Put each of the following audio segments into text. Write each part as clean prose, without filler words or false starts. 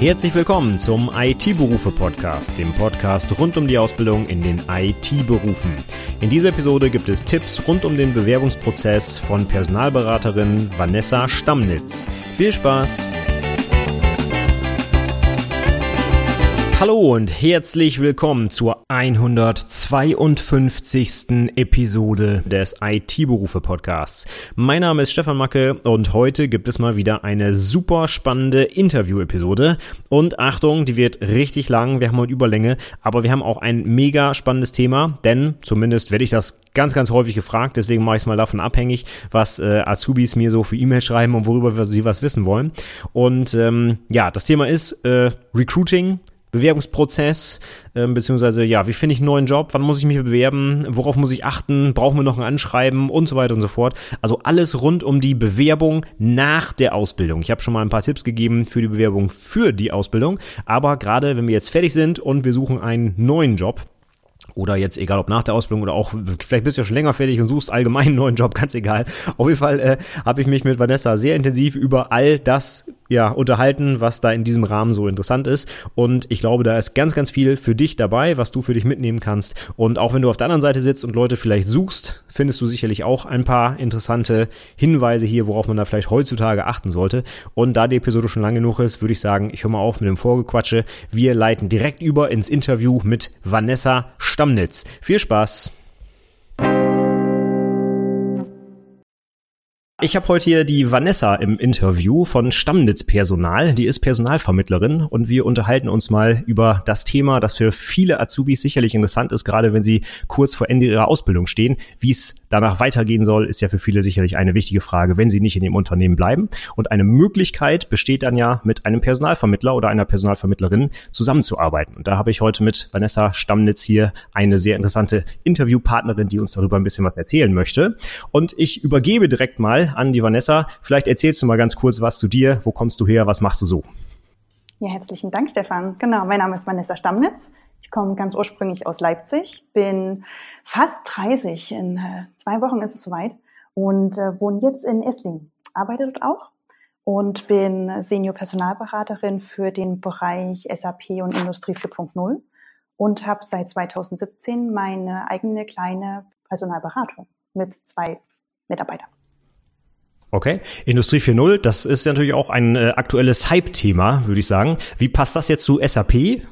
Herzlich willkommen zum IT-Berufe-Podcast, dem Podcast rund um die Ausbildung in den IT-Berufen. In dieser Episode gibt es Tipps rund um den Bewerbungsprozess von Personalberaterin Vanessa Stamnitz. Viel Spaß! Hallo und herzlich willkommen zur 152. Episode des IT-Berufe-Podcasts. Mein Name ist Stefan Macke und heute gibt es mal wieder eine super spannende Interview-Episode. Und Achtung, die wird richtig lang, wir haben heute Überlänge, aber wir haben auch ein mega spannendes Thema, denn zumindest werde ich das ganz häufig gefragt, deswegen mache ich es mal davon abhängig, was Azubis mir so für E-Mails schreiben und worüber sie was wissen wollen. Und das Thema ist Recruiting, Bewerbungsprozess, beziehungsweise wie finde ich einen neuen Job, wann muss ich mich bewerben, worauf muss ich achten, brauchen wir noch ein Anschreiben und so weiter und so fort. Also alles rund um die Bewerbung nach der Ausbildung. Ich habe schon mal ein paar Tipps gegeben für die Bewerbung für die Ausbildung, aber gerade wenn wir jetzt fertig sind und wir suchen einen neuen Job, oder jetzt egal ob nach der Ausbildung oder auch, vielleicht bist du ja schon länger fertig und suchst allgemein einen neuen Job, ganz egal. Auf jeden Fall habe ich mich mit Vanessa sehr intensiv über all das unterhalten, was da in diesem Rahmen so interessant ist. Und ich glaube, da ist ganz viel für dich dabei, was du für dich mitnehmen kannst. Und auch wenn du auf der anderen Seite sitzt und Leute vielleicht suchst, findest du sicherlich auch ein paar interessante Hinweise hier, worauf man da vielleicht heutzutage achten sollte. Und da die Episode schon lang genug ist, würde ich sagen, ich höre mal auf mit dem Vorgequatsche. Wir leiten direkt über ins Interview mit Vanessa Stamnitz. Viel Spaß! Ich habe heute hier die Vanessa im Interview von Stamnitz Personal. Die ist Personalvermittlerin und wir unterhalten uns mal über das Thema, das für viele Azubis sicherlich interessant ist, gerade wenn sie kurz vor Ende ihrer Ausbildung stehen. Wie es danach weitergehen soll, ist ja für viele sicherlich eine wichtige Frage, wenn sie nicht in dem Unternehmen bleiben. Und eine Möglichkeit besteht dann ja, mit einem Personalvermittler oder einer Personalvermittlerin zusammenzuarbeiten. Und da habe ich heute mit Vanessa Stamnitz hier eine sehr interessante Interviewpartnerin, die uns darüber ein bisschen was erzählen möchte. Und ich übergebe direkt mal an die Vanessa. Vielleicht erzählst du mal ganz kurz was zu dir. Wo kommst du her? Was machst du so? Ja, herzlichen Dank, Stefan. Genau, mein Name ist Vanessa Stamnitz. Ich komme ganz ursprünglich aus Leipzig, bin fast 30. In 2 Wochen ist es soweit und wohne jetzt in Esslingen. Arbeite dort auch und bin Senior-Personalberaterin für den Bereich SAP und Industrie 4.0 und habe seit 2017 meine eigene kleine Personalberatung mit 2 Mitarbeitern. Okay, Industrie 4.0, das ist ja natürlich auch ein aktuelles Hype-Thema, würde ich sagen. Wie passt das jetzt zu SAP?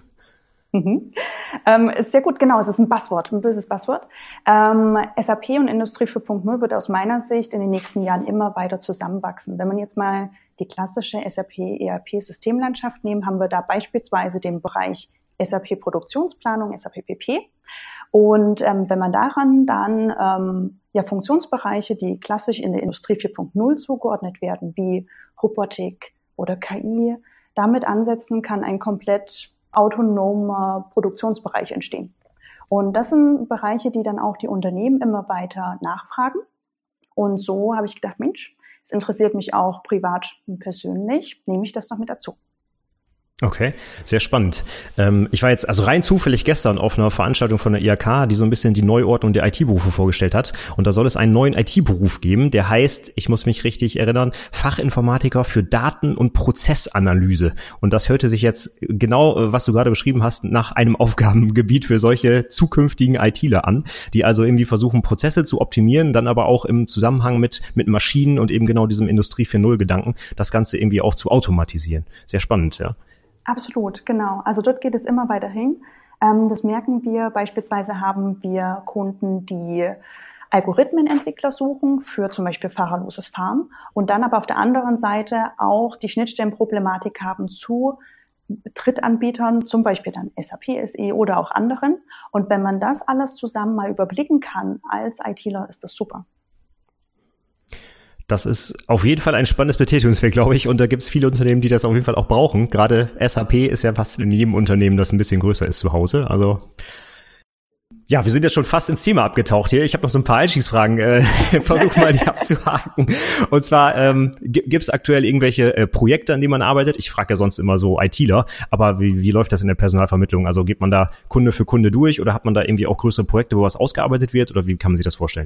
Ist sehr gut, genau, es ist ein Buzzword, ein böses Buzzword. SAP und Industrie 4.0 wird aus meiner Sicht in den nächsten Jahren immer weiter zusammenwachsen. Wenn man jetzt mal die klassische SAP-ERP-Systemlandschaft nehmen, haben wir da beispielsweise den Bereich SAP-Produktionsplanung, SAP PP. Und wenn man daran dann Funktionsbereiche, die klassisch in der Industrie 4.0 zugeordnet werden, wie Robotik oder KI, damit ansetzen, kann ein komplett autonomer Produktionsbereich entstehen. Und das sind Bereiche, die dann auch die Unternehmen immer weiter nachfragen. Und so habe ich gedacht, Mensch, es interessiert mich auch privat und persönlich, nehme ich das noch mit dazu. Okay, sehr spannend. Ich war jetzt also rein zufällig gestern auf einer Veranstaltung von der IHK, die so ein bisschen die Neuordnung der IT-Berufe vorgestellt hat. Und da soll es einen neuen IT-Beruf geben, der heißt, ich muss mich richtig erinnern, Fachinformatiker für Daten- und Prozessanalyse. Und das hörte sich jetzt genau, was du gerade beschrieben hast, nach einem Aufgabengebiet für solche zukünftigen ITler an, die also irgendwie versuchen, Prozesse zu optimieren, dann aber auch im Zusammenhang mit Maschinen und eben genau diesem Industrie 4.0-Gedanken das Ganze irgendwie auch zu automatisieren. Sehr spannend, ja. Absolut, genau. Also dort geht es immer weiter hin. Das merken wir. Beispielsweise haben wir Kunden, die Algorithmenentwickler suchen für zum Beispiel fahrerloses Fahren und dann aber auf der anderen Seite auch die Schnittstellenproblematik haben zu Drittanbietern, zum Beispiel dann SAP, SE oder auch anderen. Und wenn man das alles zusammen mal überblicken kann als ITler, ist das super. Das ist auf jeden Fall ein spannendes Betätigungsfeld, glaube ich. Und da gibt es viele Unternehmen, die das auf jeden Fall auch brauchen. Gerade SAP ist ja fast in jedem Unternehmen, das ein bisschen größer ist zu Hause. Also ja, wir sind ja schon fast ins Thema abgetaucht hier. Ich habe noch so ein paar Einstiegsfragen. Versuch mal die abzuhaken. Und zwar, gibt es aktuell irgendwelche Projekte, an denen man arbeitet? Ich frage ja sonst immer so ITler. Aber wie läuft das in der Personalvermittlung? Also geht man da Kunde für Kunde durch oder hat man da irgendwie auch größere Projekte, wo was ausgearbeitet wird? Oder wie kann man sich das vorstellen?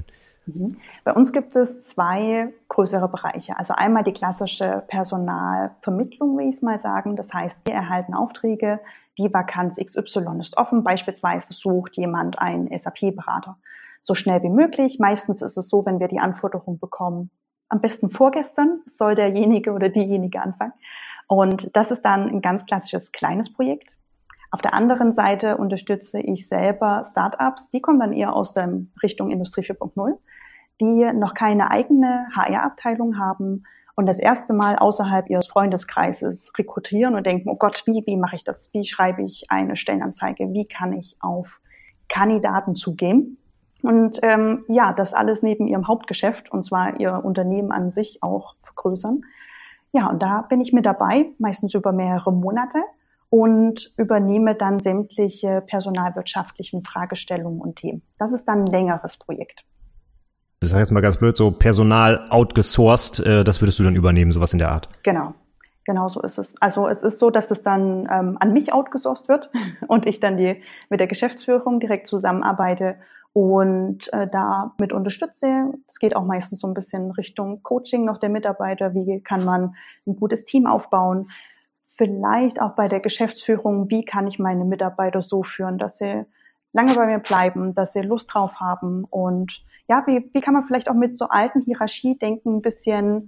Bei uns gibt es 2 größere Bereiche. Also einmal die klassische Personalvermittlung, will ich es mal sagen. Das heißt, wir erhalten Aufträge, die Vakanz XY ist offen. Beispielsweise sucht jemand einen SAP-Berater. So schnell wie möglich. Meistens ist es so, wenn wir die Anforderung bekommen, am besten vorgestern soll derjenige oder diejenige anfangen. Und das ist dann ein ganz klassisches kleines Projekt. Auf der anderen Seite unterstütze ich selber Startups, die kommen dann eher aus der Richtung Industrie 4.0, die noch keine eigene HR-Abteilung haben und das erste Mal außerhalb ihres Freundeskreises rekrutieren und denken, oh Gott, wie mache ich das? Wie schreibe ich eine Stellenanzeige? Wie kann ich auf Kandidaten zugehen? Und das alles neben ihrem Hauptgeschäft, und zwar ihr Unternehmen an sich auch vergrößern. Ja, und da bin ich mit dabei, meistens über mehrere Monate, und übernehme dann sämtliche personalwirtschaftlichen Fragestellungen und Themen. Das ist dann ein längeres Projekt. Das heißt mal ganz blöd, so Personal outgesourced, das würdest du dann übernehmen, sowas in der Art? Genau so ist es. Also es ist so, dass es dann an mich outgesourced wird und ich dann mit der Geschäftsführung direkt zusammenarbeite und damit unterstütze. Es geht auch meistens so ein bisschen Richtung Coaching noch der Mitarbeiter. Wie kann man ein gutes Team aufbauen? Vielleicht auch bei der Geschäftsführung, wie kann ich meine Mitarbeiter so führen, dass sie lange bei mir bleiben, dass sie Lust drauf haben und ja, wie kann man vielleicht auch mit so alten Hierarchiedenken ein bisschen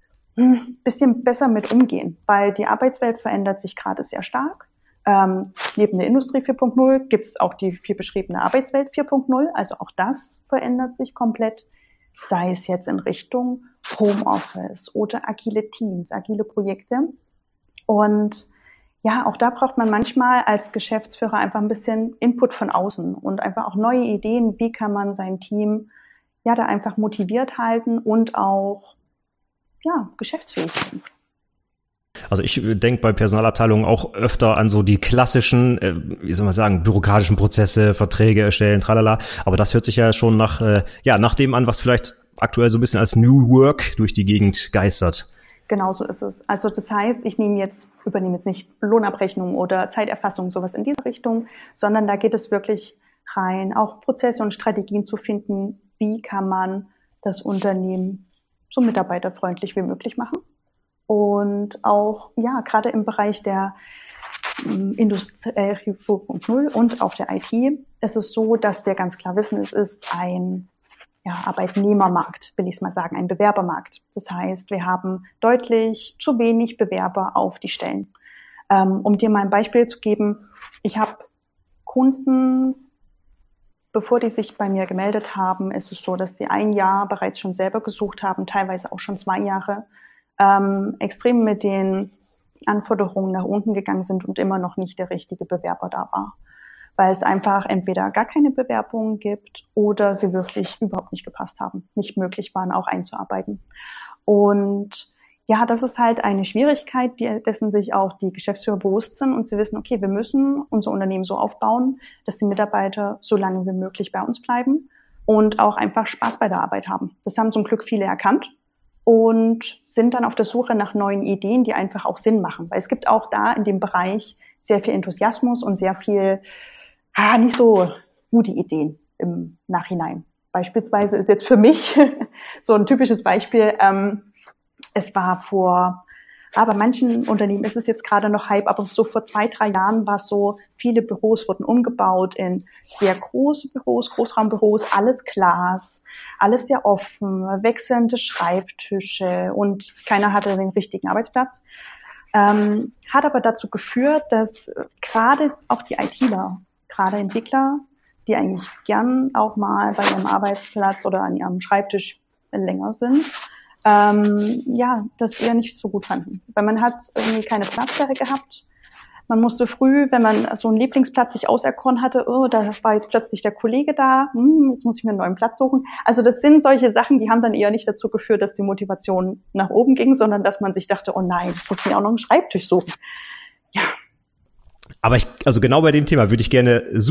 besser mit umgehen, weil die Arbeitswelt verändert sich gerade sehr stark. Neben der Industrie 4.0 gibt es auch die viel beschriebene Arbeitswelt 4.0, also auch das verändert sich komplett, sei es jetzt in Richtung Homeoffice oder agile Teams, agile Projekte. Und ja, auch da braucht man manchmal als Geschäftsführer einfach ein bisschen Input von außen und einfach auch neue Ideen, wie kann man sein Team ja da einfach motiviert halten und auch geschäftsfähig sein. Also ich denke bei Personalabteilungen auch öfter an so die klassischen, bürokratischen Prozesse, Verträge erstellen, tralala. Aber das hört sich ja schon nach dem an, was vielleicht aktuell so ein bisschen als New Work durch die Gegend geistert. Genau so ist es. Also das heißt, ich übernehme jetzt nicht Lohnabrechnung oder Zeiterfassung, sowas in diese Richtung, sondern da geht es wirklich rein, auch Prozesse und Strategien zu finden, wie kann man das Unternehmen so mitarbeiterfreundlich wie möglich machen. Und auch, gerade im Bereich der Industrie 4.0 und auch der IT ist es so, dass wir ganz klar wissen, es ist ein Arbeitnehmermarkt, will ich es mal sagen, ein Bewerbermarkt. Das heißt, wir haben deutlich zu wenig Bewerber auf die Stellen. Um dir mal ein Beispiel zu geben, ich habe Kunden, bevor die sich bei mir gemeldet haben, ist es so, dass sie 1 Jahr bereits schon selber gesucht haben, teilweise auch schon 2 Jahre, extrem mit den Anforderungen nach unten gegangen sind und immer noch nicht der richtige Bewerber da war. Weil es einfach entweder gar keine Bewerbungen gibt oder sie wirklich überhaupt nicht gepasst haben, nicht möglich waren, auch einzuarbeiten. Und ja, das ist halt eine Schwierigkeit, dessen sich auch die Geschäftsführer bewusst sind und sie wissen, okay, wir müssen unser Unternehmen so aufbauen, dass die Mitarbeiter so lange wie möglich bei uns bleiben und auch einfach Spaß bei der Arbeit haben. Das haben zum Glück viele erkannt und sind dann auf der Suche nach neuen Ideen, die einfach auch Sinn machen. Weil es gibt auch da in dem Bereich sehr viel Enthusiasmus und sehr viel nicht so gute Ideen im Nachhinein. Beispielsweise ist jetzt für mich so ein typisches Beispiel, es war bei manchen Unternehmen ist es jetzt gerade noch Hype, aber so vor 2, 3 Jahren war es so, viele Büros wurden umgebaut in sehr große Büros, Großraumbüros, alles Glas, alles sehr offen, wechselnde Schreibtische und keiner hatte den richtigen Arbeitsplatz. Hat aber dazu geführt, dass gerade auch die ITler, gerade Entwickler, die eigentlich gern auch mal bei ihrem Arbeitsplatz oder an ihrem Schreibtisch länger sind, das eher nicht so gut fanden. Weil man hat irgendwie keine Platzsperre gehabt. Man musste früh, wenn man so einen Lieblingsplatz sich auserkoren hatte, da war jetzt plötzlich der Kollege da, jetzt muss ich mir einen neuen Platz suchen. Also das sind solche Sachen, die haben dann eher nicht dazu geführt, dass die Motivation nach oben ging, sondern dass man sich dachte, oh nein, jetzt muss ich mir auch noch einen Schreibtisch suchen. Ja. Aber also genau bei dem Thema würde ich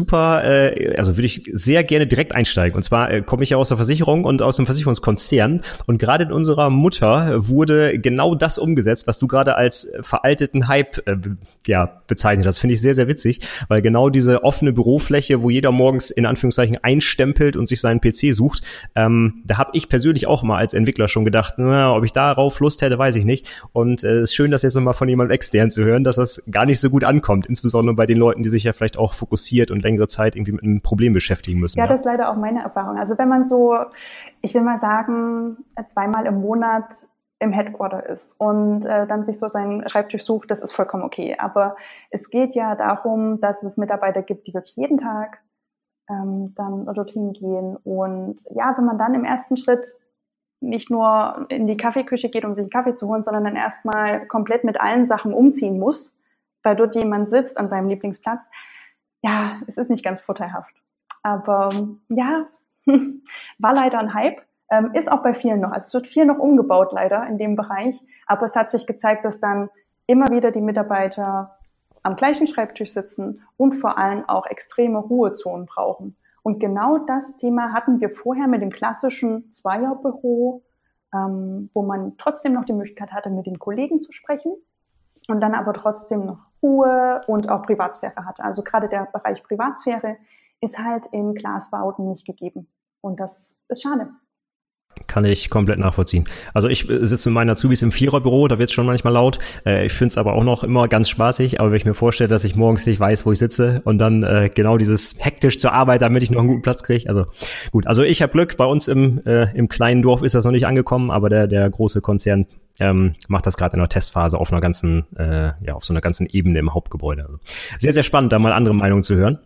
sehr gerne direkt einsteigen. Und zwar komme ich ja aus der Versicherung und aus dem Versicherungskonzern. Und gerade in unserer Mutter wurde genau das umgesetzt, was du gerade als veralteten Hype bezeichnet hast. Finde ich sehr, sehr witzig, weil genau diese offene Bürofläche, wo jeder morgens in Anführungszeichen einstempelt und sich seinen PC sucht, da habe ich persönlich auch mal als Entwickler schon gedacht, ob ich darauf Lust hätte, weiß ich nicht. Und es ist schön, das jetzt nochmal von jemandem extern zu hören, dass das gar nicht so gut ankommt, insbesondere bei den Leuten, die sich ja vielleicht auch fokussiert und längere Zeit irgendwie mit einem Problem beschäftigen müssen. Ja, das ist leider auch meine Erfahrung. Also wenn man so, ich will mal sagen, 2-mal im Monat im Headquarter ist und dann sich so seinen Schreibtisch sucht, das ist vollkommen okay. Aber es geht ja darum, dass es Mitarbeiter gibt, die wirklich jeden Tag dann dorthin gehen. Und ja, wenn man dann im ersten Schritt nicht nur in die Kaffeeküche geht, um sich einen Kaffee zu holen, sondern dann erstmal komplett mit allen Sachen umziehen muss, weil dort jemand sitzt an seinem Lieblingsplatz. Ja, es ist nicht ganz vorteilhaft. Aber ja, war leider ein Hype. Ist auch bei vielen noch. Also es wird viel noch umgebaut leider in dem Bereich. Aber es hat sich gezeigt, dass dann immer wieder die Mitarbeiter am gleichen Schreibtisch sitzen und vor allem auch extreme Ruhezonen brauchen. Und genau das Thema hatten wir vorher mit dem klassischen Zweierbüro, wo man trotzdem noch die Möglichkeit hatte, mit den Kollegen zu sprechen und dann aber trotzdem noch Ruhe und auch Privatsphäre hatte. Also gerade der Bereich Privatsphäre ist halt in Glasbauten nicht gegeben. Und das ist schade. Kann ich komplett nachvollziehen. Also ich sitze mit meinen Azubis im Viererbüro, da wird es schon manchmal laut. Ich finde es aber auch noch immer ganz spaßig. Aber wenn ich mir vorstelle, dass ich morgens nicht weiß, wo ich sitze und dann genau dieses hektisch zur Arbeit, damit ich noch einen guten Platz kriege. Also gut, also ich habe Glück. Bei uns im kleinen Dorf ist das noch nicht angekommen, aber der große Konzern macht das gerade in der Testphase auf einer ganzen, auf so einer ganzen Ebene im Hauptgebäude. Also sehr, sehr spannend, da mal andere Meinungen zu hören.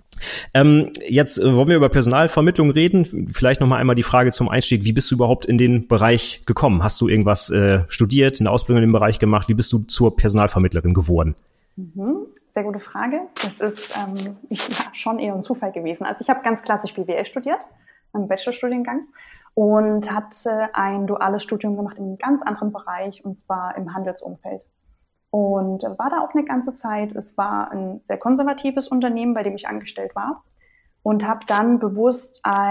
Jetzt wollen wir über Personalvermittlung reden. Vielleicht nochmal einmal die Frage zum Einstieg. Wie bist du überhaupt in den Bereich gekommen? Hast du irgendwas studiert, eine Ausbildung in dem Bereich gemacht? Wie bist du zur Personalvermittlerin geworden? Sehr gute Frage. Das ist schon eher ein Zufall gewesen. Also ich habe ganz klassisch BWL studiert, einen Bachelorstudiengang, und hatte ein duales Studium gemacht in einem ganz anderen Bereich, und zwar im Handelsumfeld. Und war da auch eine ganze Zeit. Es war ein sehr konservatives Unternehmen, bei dem ich angestellt war, und habe dann bewusst die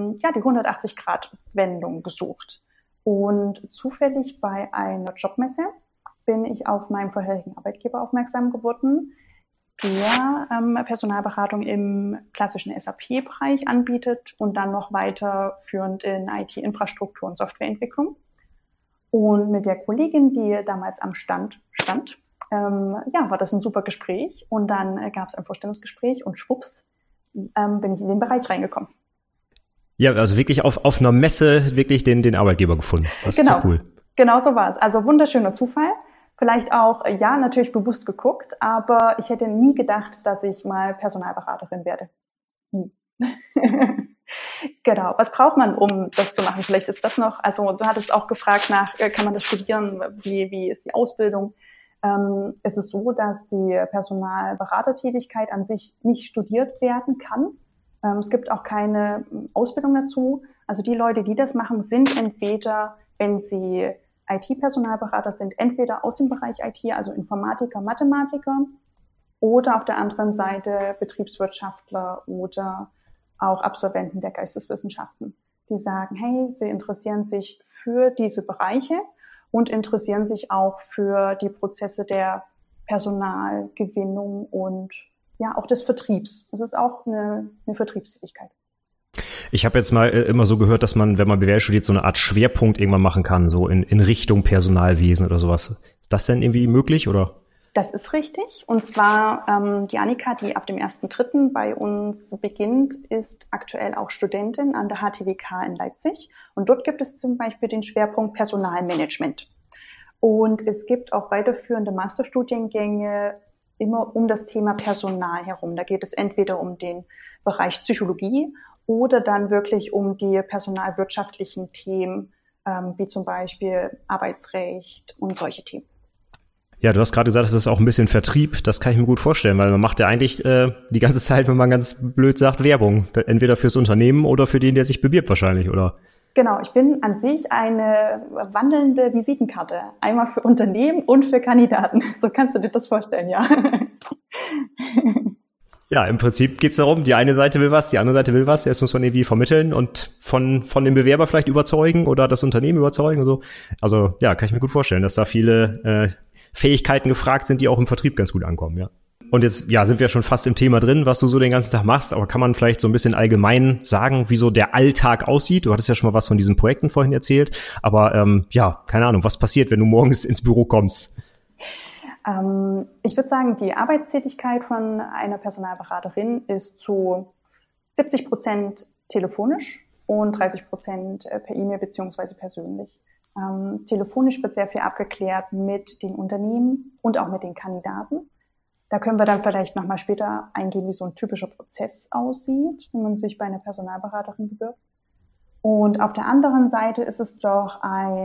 180-Grad-Wendung gesucht. Und zufällig bei einer Jobmesse bin ich auf meinen vorherigen Arbeitgeber aufmerksam geworden, der Personalberatung im klassischen SAP-Bereich anbietet und dann noch weiterführend in IT-Infrastruktur und Softwareentwicklung. Und mit der Kollegin, die damals am Stand stand, war das ein super Gespräch. Und dann gab es ein Vorstellungsgespräch und schwupps bin ich in den Bereich reingekommen. Ja, also wirklich auf einer Messe wirklich den Arbeitgeber gefunden. Das ist so cool. Genau so war es. Also wunderschöner Zufall. Vielleicht auch, natürlich bewusst geguckt, aber ich hätte nie gedacht, dass ich mal Personalberaterin werde. Genau. Was braucht man, um das zu machen? Vielleicht ist das noch, also du hattest auch gefragt nach, kann man das studieren? Wie ist die Ausbildung? Es ist so, dass die Personalberatertätigkeit an sich nicht studiert werden kann. Es gibt auch keine Ausbildung dazu. Also die Leute, die das machen, sind entweder, wenn sie IT-Personalberater sind, entweder aus dem Bereich IT, also Informatiker, Mathematiker, oder auf der anderen Seite Betriebswirtschaftler oder auch Absolventen der Geisteswissenschaften, die sagen, hey, sie interessieren sich für diese Bereiche und interessieren sich auch für die Prozesse der Personalgewinnung und auch des Vertriebs. Das ist auch eine Vertriebstätigkeit. Ich habe jetzt mal immer so gehört, dass man, wenn man BWL studiert, so eine Art Schwerpunkt irgendwann machen kann, so in Richtung Personalwesen oder sowas. Ist das denn irgendwie möglich, oder? Das ist richtig. Und zwar die Annika, die ab dem 1.3. bei uns beginnt, ist aktuell auch Studentin an der HTWK in Leipzig. Und dort gibt es zum Beispiel den Schwerpunkt Personalmanagement. Und es gibt auch weiterführende Masterstudiengänge immer um das Thema Personal herum. Da geht es entweder um den Bereich Psychologie oder dann wirklich um die personalwirtschaftlichen Themen, wie zum Beispiel Arbeitsrecht und solche Themen. Ja, du hast gerade gesagt, das ist auch ein bisschen Vertrieb. Das kann ich mir gut vorstellen, weil man macht ja eigentlich die ganze Zeit, wenn man ganz blöd sagt, Werbung. Entweder fürs Unternehmen oder für den, der sich bewirbt wahrscheinlich, oder? Genau, ich bin an sich eine wandelnde Visitenkarte. Einmal für Unternehmen und für Kandidaten. So kannst du dir das vorstellen, ja. Ja, im Prinzip geht's darum, die eine Seite will was, die andere Seite will was. Jetzt muss man irgendwie vermitteln und von dem Bewerber vielleicht überzeugen oder das Unternehmen überzeugen und so. Also ja, kann ich mir gut vorstellen, dass da viele Fähigkeiten gefragt sind, die auch im Vertrieb ganz gut ankommen, ja. Und jetzt, ja, sind wir schon fast im Thema drin, was du so den ganzen Tag machst, aber kann man vielleicht so ein bisschen allgemein sagen, wie so der Alltag aussieht? Du hattest ja schon mal was von diesen Projekten vorhin erzählt, aber ja, keine Ahnung, was passiert, wenn du morgens ins Büro kommst? Ich würde sagen, die Arbeitstätigkeit von einer Personalberaterin ist zu 70% telefonisch und 30% per E-Mail beziehungsweise persönlich. Telefonisch wird sehr viel abgeklärt mit den Unternehmen und auch mit den Kandidaten. Da können wir dann vielleicht nochmal später eingehen, wie so ein typischer Prozess aussieht, wenn man sich bei einer Personalberaterin bewirbt. Und auf der anderen Seite ist es doch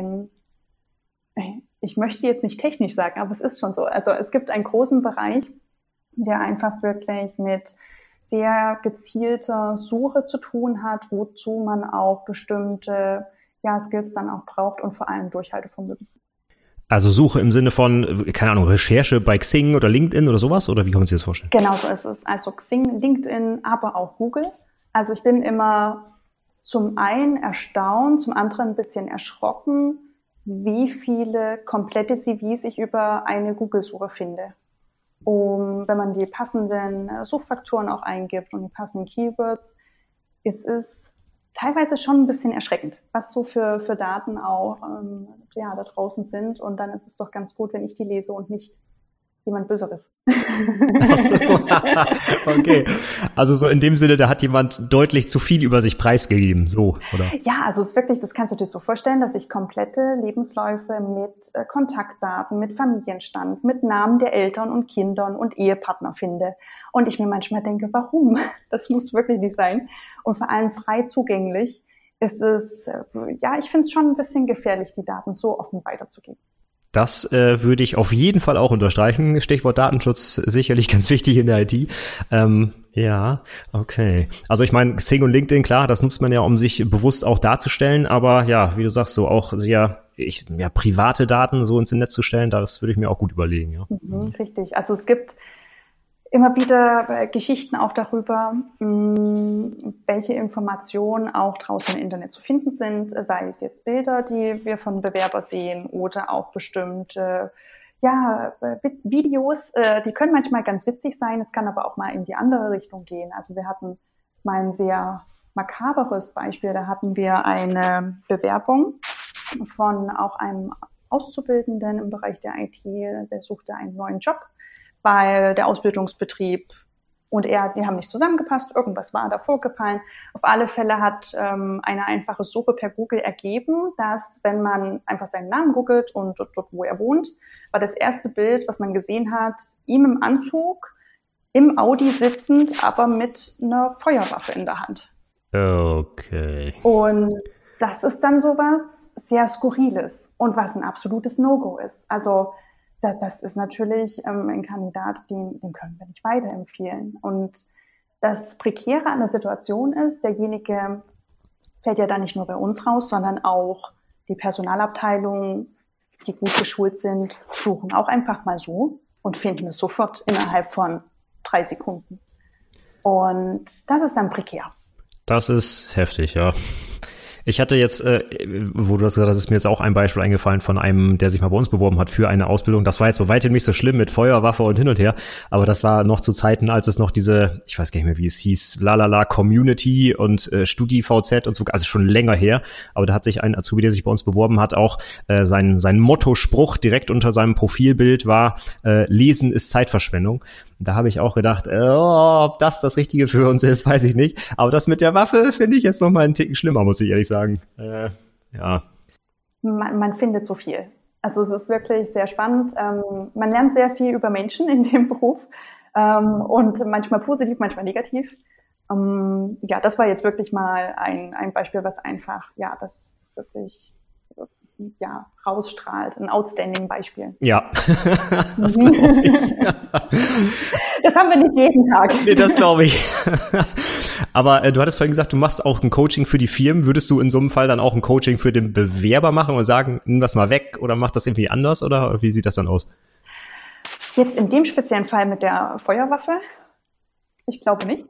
ich möchte jetzt nicht technisch sagen, aber es ist schon so. Also es gibt einen großen Bereich, der einfach wirklich mit sehr gezielter Suche zu tun hat, wozu man auch bestimmte Skills dann auch braucht und vor allem Durchhaltevermögen. Also Suche im Sinne von, keine Ahnung, Recherche bei Xing oder LinkedIn oder sowas? Oder wie kann man sich das vorstellen? Genau so ist es. Also Xing, LinkedIn, aber auch Google. Also ich bin immer zum einen erstaunt, zum anderen ein bisschen erschrocken, wie viele komplette CVs ich über eine Google-Suche finde. Wenn man die passenden Suchfaktoren auch eingibt und die passenden Keywords, ist es teilweise schon ein bisschen erschreckend, was so für Daten auch da draußen sind. Und dann ist es doch ganz gut, wenn ich die lese und nicht jemand Böseres. Ach so. Okay. Also so in dem Sinne, da hat jemand deutlich zu viel über sich preisgegeben, so, oder? Ja, also es ist wirklich, das kannst du dir so vorstellen, dass ich komplette Lebensläufe mit Kontaktdaten, mit Familienstand, mit Namen der Eltern und Kindern und Ehepartner finde. Und ich mir manchmal denke, warum? Das muss wirklich nicht sein. Und vor allem frei zugänglich ist es, ich finde es schon ein bisschen gefährlich, die Daten so offen weiterzugeben. Das würde ich auf jeden Fall auch unterstreichen. Stichwort Datenschutz, sicherlich ganz wichtig in der IT. Ja, okay. Also ich meine, Xing und LinkedIn, klar, das nutzt man ja, um sich bewusst auch darzustellen. Aber ja, wie du sagst, so auch sehr private Daten so ins Netz zu stellen, das würde ich mir auch gut überlegen. Ja. Richtig. Also es gibt immer wieder Geschichten auch darüber, welche Informationen auch draußen im Internet zu finden sind, sei es jetzt Bilder, die wir von Bewerber sehen oder auch bestimmte Videos, die können manchmal ganz witzig sein, es kann aber auch mal in die andere Richtung gehen. Also wir hatten mal ein sehr makaberes Beispiel, da hatten wir eine Bewerbung von auch einem Auszubildenden im Bereich der IT, der suchte einen neuen Job, weil der Ausbildungsbetrieb und die haben nicht zusammengepasst, irgendwas war da vorgefallen. Auf alle Fälle hat eine einfache Suche per Google ergeben, dass wenn man einfach seinen Namen googelt und dort, wo er wohnt, war das erste Bild, was man gesehen hat, ihm im Anzug, im Audi sitzend, aber mit einer Feuerwaffe in der Hand. Okay. Und das ist dann sowas sehr Skurriles und was ein absolutes No-Go ist. Also das ist natürlich ein Kandidat, den können wir nicht weiterempfehlen. Und das Prekäre an der Situation ist, derjenige fällt ja dann nicht nur bei uns raus, sondern auch die Personalabteilung, die gut geschult sind, suchen auch einfach mal so und finden es sofort innerhalb von 3 Sekunden. Und das ist dann prekär. Das ist heftig, ja. Ich hatte jetzt, wo du das gesagt hast, ist mir jetzt auch ein Beispiel eingefallen von einem, der sich mal bei uns beworben hat für eine Ausbildung. Das war jetzt bei weitem nicht so schlimm mit Feuerwaffe und hin und her, aber das war noch zu Zeiten, als es noch diese, ich weiß gar nicht mehr, wie es hieß, Community und StudiVZ und so, also schon länger her, aber da hat sich ein Azubi, der sich bei uns beworben hat, auch sein Mottospruch direkt unter seinem Profilbild war, Lesen ist Zeitverschwendung. Da habe ich auch gedacht, ob das Richtige für uns ist, weiß ich nicht. Aber das mit der Waffe finde ich jetzt noch mal einen Ticken schlimmer, muss ich ehrlich sagen. Ja. Man findet so viel. Also es ist wirklich sehr spannend. Man lernt sehr viel über Menschen in dem Beruf und manchmal positiv, manchmal negativ. Das war jetzt wirklich mal ein Beispiel, was einfach, das wirklich rausstrahlt. Ein outstanding Beispiel. Ja, das glaube ich. Das haben wir nicht jeden Tag. Nee, das glaube ich. Aber du hattest vorhin gesagt, du machst auch ein Coaching für die Firmen. Würdest du in so einem Fall dann auch ein Coaching für den Bewerber machen und sagen, nimm das mal weg oder mach das irgendwie anders oder wie sieht das dann aus? Jetzt in dem speziellen Fall mit der Feuerwaffe? Ich glaube nicht.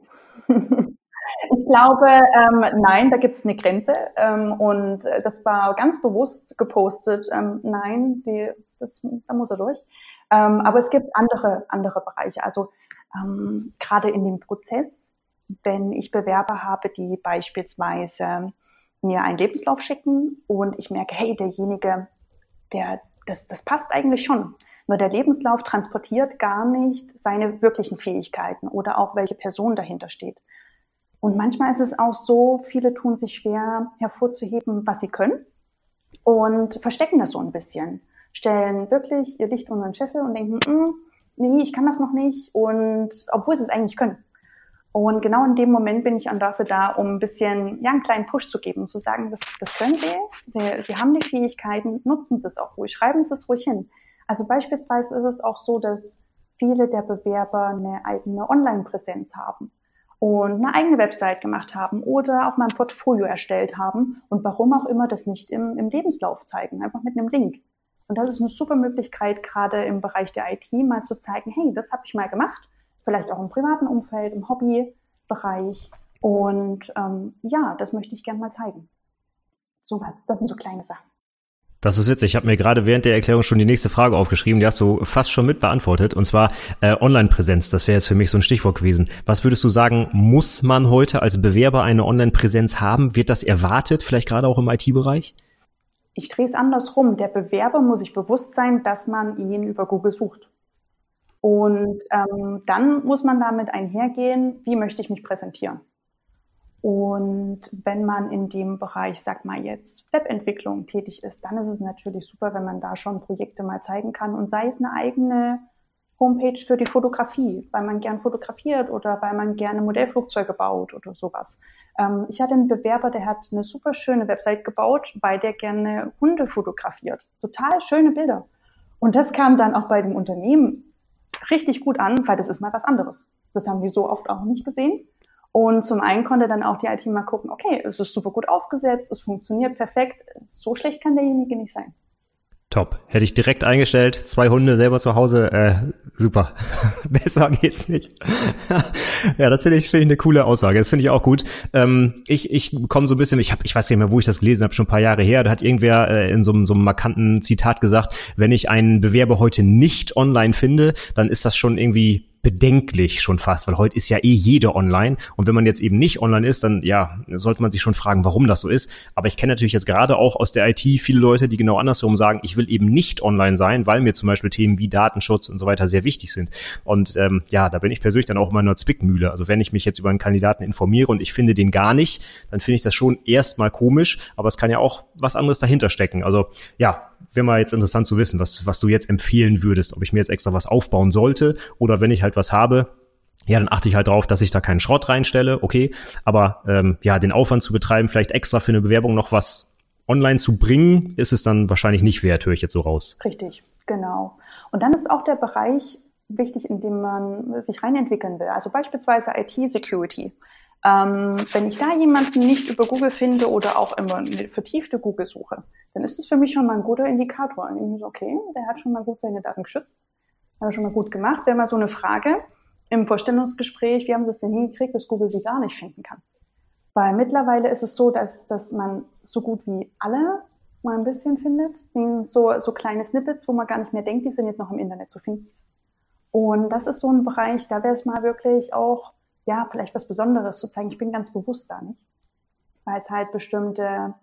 Ich glaube, nein, da gibt es eine Grenze. Und das war ganz bewusst gepostet. Nein, da muss er durch. Aber es gibt andere Bereiche. Also gerade in dem Prozess, wenn ich Bewerber habe, die beispielsweise mir einen Lebenslauf schicken und ich merke, hey, derjenige, das passt eigentlich schon. Nur der Lebenslauf transportiert gar nicht seine wirklichen Fähigkeiten oder auch welche Person dahinter steht. Und manchmal ist es auch so, viele tun sich schwer hervorzuheben, was sie können und verstecken das so ein bisschen. Stellen wirklich ihr Licht unter den Scheffel und denken, nee, ich kann das noch nicht, und obwohl sie es eigentlich können. Und genau in dem Moment bin ich dann dafür da, um ein bisschen, einen kleinen Push zu geben, zu sagen, das können Sie haben die Fähigkeiten, nutzen Sie es auch ruhig, schreiben Sie es ruhig hin. Also beispielsweise ist es auch so, dass viele der Bewerber eine eigene Online-Präsenz haben und eine eigene Website gemacht haben oder auch mal ein Portfolio erstellt haben und warum auch immer das nicht im Lebenslauf zeigen, einfach mit einem Link. Und das ist eine super Möglichkeit, gerade im Bereich der IT mal zu zeigen, hey, das habe ich mal gemacht, vielleicht auch im privaten Umfeld, im Hobbybereich, und das möchte ich gerne mal zeigen. Sowas, das sind so kleine Sachen. Das ist witzig. Ich habe mir gerade während der Erklärung schon die nächste Frage aufgeschrieben. Die hast du fast schon mit beantwortet. Und zwar Online-Präsenz. Das wäre jetzt für mich so ein Stichwort gewesen. Was würdest du sagen, muss man heute als Bewerber eine Online-Präsenz haben? Wird das erwartet, vielleicht gerade auch im IT-Bereich? Ich drehe es andersrum. Der Bewerber muss sich bewusst sein, dass man ihn über Google sucht. Und dann muss man damit einhergehen, wie möchte ich mich präsentieren. Und wenn man in dem Bereich, sag mal jetzt, Webentwicklung tätig ist, dann ist es natürlich super, wenn man da schon Projekte mal zeigen kann, und sei es eine eigene Homepage für die Fotografie, weil man gern fotografiert oder weil man gerne Modellflugzeuge baut oder sowas. Ich hatte einen Bewerber, der hat eine super schöne Website gebaut, weil der gerne Hunde fotografiert. Total schöne Bilder. Und das kam dann auch bei dem Unternehmen richtig gut an, weil das ist mal was anderes. Das haben wir so oft auch nicht gesehen. Und zum einen konnte dann auch die IT mal gucken, okay, es ist super gut aufgesetzt, es funktioniert perfekt, so schlecht kann derjenige nicht sein. Top. Hätte ich direkt eingestellt, 2 Hunde selber zu Hause, super. Besser geht's nicht. Ja, das finde ich eine coole Aussage. Das finde ich auch gut. Ich komme so ein bisschen, ich weiß gar nicht mehr, wo ich das gelesen habe, schon ein paar Jahre her. Da hat irgendwer in so einem markanten Zitat gesagt, wenn ich einen Bewerber heute nicht online finde, dann ist das schon irgendwie bedenklich schon fast, weil heute ist ja jeder online, und wenn man jetzt eben nicht online ist, dann sollte man sich schon fragen, warum das so ist. Aber ich kenne natürlich jetzt gerade auch aus der IT viele Leute, die genau andersrum sagen, ich will eben nicht online sein, weil mir zum Beispiel Themen wie Datenschutz und so weiter sehr wichtig sind. Und da bin ich persönlich dann auch immer in einer Zwickmühle. Also wenn ich mich jetzt über einen Kandidaten informiere und ich finde den gar nicht, dann finde ich das schon erstmal komisch, aber es kann ja auch was anderes dahinter stecken. Also wäre mal jetzt interessant zu wissen, was du jetzt empfehlen würdest, ob ich mir jetzt extra was aufbauen sollte oder wenn ich halt was habe, dann achte ich halt drauf, dass ich da keinen Schrott reinstelle, okay, aber den Aufwand zu betreiben, vielleicht extra für eine Bewerbung noch was online zu bringen, ist es dann wahrscheinlich nicht wert, höre ich jetzt so raus. Richtig, genau. Und dann ist auch der Bereich wichtig, in dem man sich reinentwickeln will, also beispielsweise IT-Security. Wenn ich da jemanden nicht über Google finde oder auch immer eine vertiefte Google-Suche, dann ist es für mich schon mal ein guter Indikator. Und ich denke, okay, der hat schon mal gut seine Daten geschützt, hat er schon mal gut gemacht. Wäre mal so eine Frage im Vorstellungsgespräch, wie haben Sie es denn hingekriegt, dass Google Sie gar nicht finden kann? Weil mittlerweile ist es so, dass man so gut wie alle mal ein bisschen findet. So kleine Snippets, wo man gar nicht mehr denkt, die sind jetzt noch im Internet zu finden. Und das ist so ein Bereich, da wäre es mal wirklich auch vielleicht was Besonderes zu zeigen. Ich bin ganz bewusst da nicht, weil es halt bestimmte